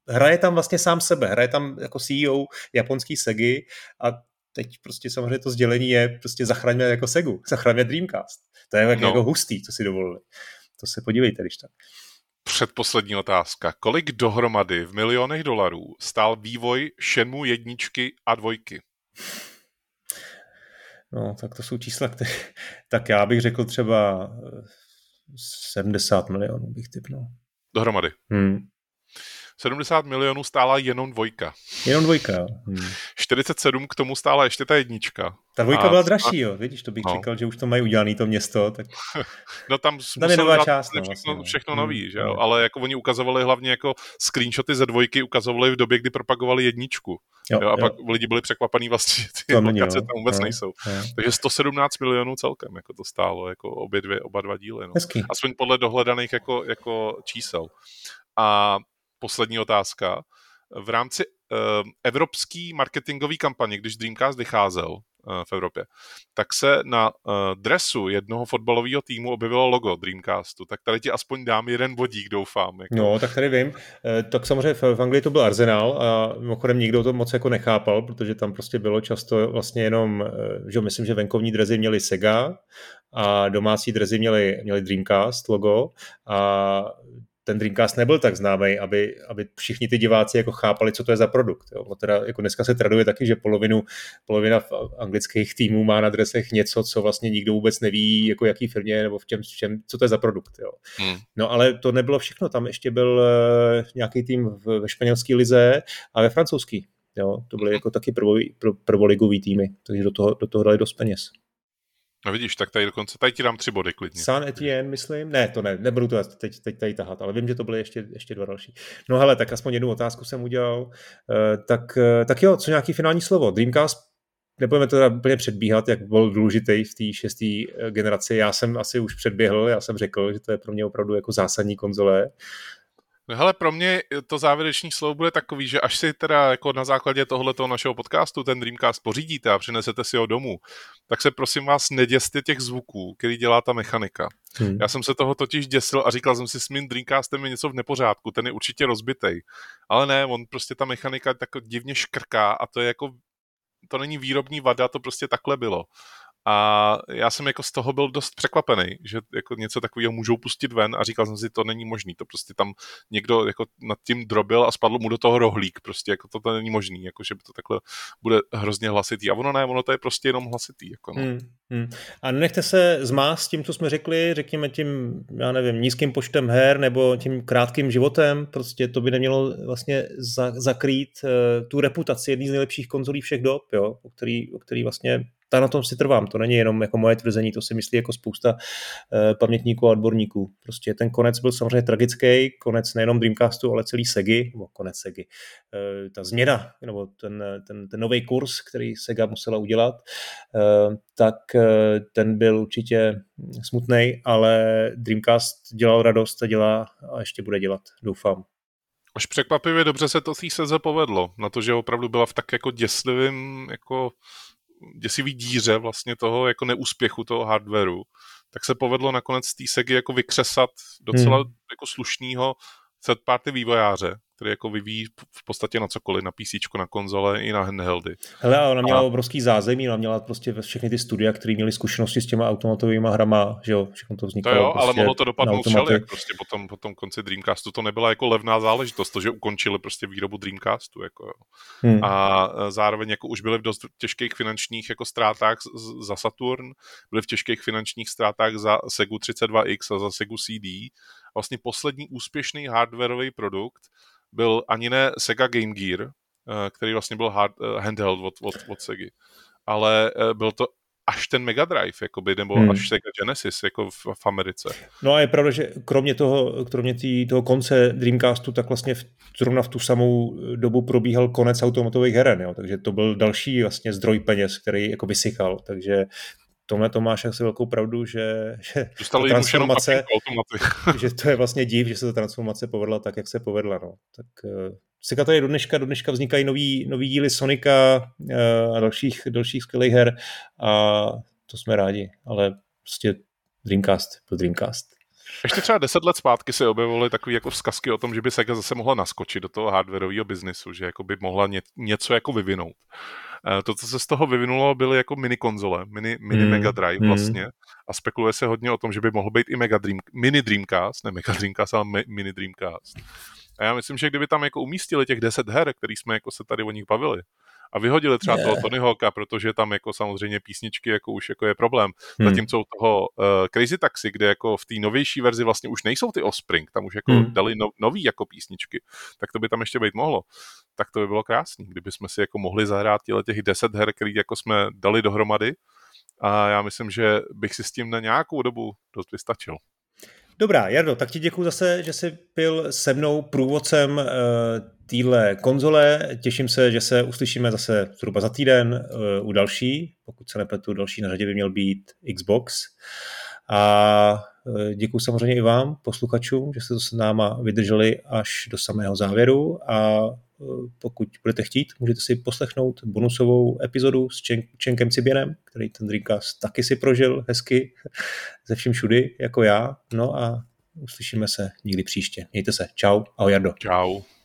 hraje tam vlastně sám sebe, hraje tam jako C E O japonský Segy a teď prostě samozřejmě to sdělení je prostě zachraňme jako Segu, zachraňme Dreamcast. To je no. jako hustý, co si dovolili. To se podívejte, když tak. Předposlední otázka. Kolik dohromady v milionech dolarů stál vývoj Shenmue jedničky a dvojky? No, tak to jsou čísla, které... Tak já bych řekl třeba sedmdesát milionů bych typnul. Dohromady. Hmm. sedmdesát milionů stála jenom dvojka. Jenom dvojka, jo. Hmm. čtyřicet sedm k tomu stála ještě ta jednička. Ta dvojka a, byla dražší, jo. Vidíš, to bych no. říkal, že už to mají udělaný to město. Tak... no tam, tam je nová část. No, všechno, vlastně, všechno no. nový, že jo. Ale jako oni ukazovali hlavně jako screenshoty ze dvojky, ukazovali v době, kdy propagovali jedničku. Jo, jo, a jo. Pak lidi byli překvapaní vlastně, ty lokace tam vůbec no, nejsou. No. Takže sto sedmnáct milionů celkem jako to stálo, jako obě dvě, oba dva díly. No. Aspoň podle dohledaných jako, jako čísel. A poslední otázka. V rámci uh, evropský marketingový kampaně, když Dreamcast vycházel uh, v Evropě, tak se na uh, dresu jednoho fotbalového týmu objevilo logo Dreamcastu. Tak tady ti aspoň dám jeden bodík, doufám. Jako. No, tak tady vím. E, tak samozřejmě v, v Anglii to byl Arsenal a mimochodem nikdo to moc jako nechápal, protože tam prostě bylo často vlastně jenom, že myslím, že venkovní dresy měly Sega a domácí dresy měly, měly Dreamcast logo a ten Dreamcast nebyl tak známý, aby, aby všichni ty diváci jako chápali, co to je za produkt. Jo. No teda, jako dneska se traduje taky, že polovinu, polovina anglických týmů má na dresech něco, co vlastně nikdo vůbec neví, jako jaký firmě nebo v čem, v čem co to je za produkt. Jo. Hmm. No ale to nebylo všechno. Tam ještě byl uh, nějaký tým v, ve španělské lize a ve francouzský. Jo. To byly jako taky prvoligový prv, prvoligový týmy, takže do toho, do toho dali dost peněz. No vidíš, tak tady dokonce, tady ti dám tři body klidně. Saint Etienne, myslím? Ne, to ne, nebudu to teď, teď tady tahat, ale vím, že to byly ještě, ještě dva další. No hele, tak aspoň jednu otázku jsem udělal. Uh, tak, uh, tak jo, co nějaký finální slovo? Dreamcast, nebudeme to teda úplně předbíhat, jak byl důležitý v té šesté generaci. Já jsem asi už předběhl, já jsem řekl, že to je pro mě opravdu jako zásadní konzole. No hele, pro mě to závěrečný slovo bude takový, že až si teda jako na základě tohoto našeho podcastu ten Dreamcast pořídíte a přinesete si ho domů, tak se prosím vás neděste těch zvuků, který dělá ta mechanika. Hmm. Já jsem se toho totiž děsil a říkal jsem si, s mým Dreamcastem je něco v nepořádku, ten je určitě rozbitej. Ale ne, on prostě ta mechanika tak divně škrká a to je jako, to není výrobní vada, to prostě takhle bylo. A já jsem jako z toho byl dost překvapený, že jako něco takového můžou pustit ven a říkal jsem si, to není možný, to prostě tam někdo jako nad tím drobil a spadl mu do toho rohlík, prostě jako to, to není možný, jako že by to takhle bude hrozně hlasitý. A ono ne, ono to je prostě jenom hlasitý. Jako no. hmm, hmm. A nechte se zmást tím, co jsme řekli, řekněme tím, já nevím, nízkým počtem her nebo tím krátkým životem, prostě to by nemělo vlastně za, zakrýt uh, tu reputaci jedný z nejlepších konzolí všech dob, jo, o který, o který vlastně tak na tom si trvám, to není jenom jako moje tvrzení, to si myslí jako spousta uh, pamětníků a odborníků. Prostě ten konec byl samozřejmě tragický, konec nejenom Dreamcastu, ale celý Segy, nebo konec Segy. Uh, ta změna, nebo ten, ten, ten nový kurz, který Sega musela udělat, uh, tak uh, ten byl určitě smutnej, ale Dreamcast dělal radost a dělá a ještě bude dělat, doufám. Až překvapivě dobře se to té Seze povedlo, na to, že opravdu byla v tak jako děslivým jako děsivý díře vlastně toho jako neúspěchu toho hardwareu, tak se povedlo nakonec té Segy jako vykřesat docela hmm. jako slušnýho third party vývojáře, který jako vyvíjí v podstatě na cokoliv, na PCčko, na konzole i na handheldy. Hele, a ona měla a... obrovský zázemí, ona měla prostě všechny ty studia, které měly zkušenosti s těma automatovými hrama, že jo, všechno to vznikalo. To jo, prostě ale mohlo to dopadnout všelijak, prostě po tom, po tom konci Dreamcastu to nebyla jako levná záležitost, to, že ukončili prostě výrobu Dreamcastu, jako jo. Hmm. A zároveň jako už byli v dost těžkých finančních jako ztrátách za Saturn, byli v těžkých finančních ztrátách za Segu třicet dva X a za Segu C D. Vlastně poslední úspěšný hardwareový produkt byl ani ne Sega Game Gear, který vlastně byl hard, handheld od, od, od Segy, ale byl to až ten Mega Drive, jakoby, nebo hmm. až Sega Genesis jako v, v Americe. No a je pravda, že kromě toho, kromě tý, toho konce Dreamcastu, tak vlastně v, zrovna v tu samou dobu probíhal konec automatových heren, jo? Takže to byl další vlastně zdroj peněz, který jako vysychal, takže tomhle to máš asi velkou pravdu, že, že ta transformace, že to je vlastně div, že se ta transformace povedla tak, jak se povedla. No. Tak uh, Sega to je do dneška, do dneška vznikají nový, nový díly Sonika uh, a dalších, dalších skvělých her a to jsme rádi, ale prostě Dreamcast byl Dreamcast. Ještě třeba deset let zpátky se objevovaly takové jako vzkazky o tom, že by Sega zase mohla naskočit do toho hardwareového biznisu, že jako by mohla ně, něco jako vyvinout. To, co se z toho vyvinulo, byly jako mini konzole, mini, mini hmm. Mega Drive vlastně a spekuluje se hodně o tom, že by mohl být i Mega Dream, mini Dreamcast, ne Mega Dreamcast, ale me, mini Dreamcast. A já myslím, že kdyby tam jako umístili těch deset her, který jsme jako se tady o nich bavili, a vyhodili třeba yeah. toho Tony Hawka, protože tam jako samozřejmě písničky jako už jako je problém. Hmm. Zatímco u toho uh, Crazy Taxi, kde jako v té novější verzi vlastně už nejsou ty Offspring, tam už jako hmm. dali no, nový jako písničky, tak to by tam ještě být mohlo. Tak to by bylo krásný, kdyby jsme si jako mohli zahrát těch deset her, který jako jsme dali dohromady a já myslím, že bych si s tím na nějakou dobu dost vystačil. Dobrá, Jardo, tak ti děkuju zase, že jsi byl se mnou průvodcem uh, téhle konzole. Těším se, že se uslyšíme zase zhruba za týden uh, u další. Pokud se nepletu, další na řadě by měl být Xbox. A uh, děkuju samozřejmě i vám, posluchačům, že jste to s náma vydrželi až do samého závěru. A uh, pokud budete chtít, můžete si poslechnout bonusovou epizodu s Čen- Čenkem Ciběnem, který ten Dreamcast taky si prožil hezky ze vším všudy, jako já. No a uslyšíme se někdy příště. Mějte se. Čau. Ahoj, Jardo. Čau.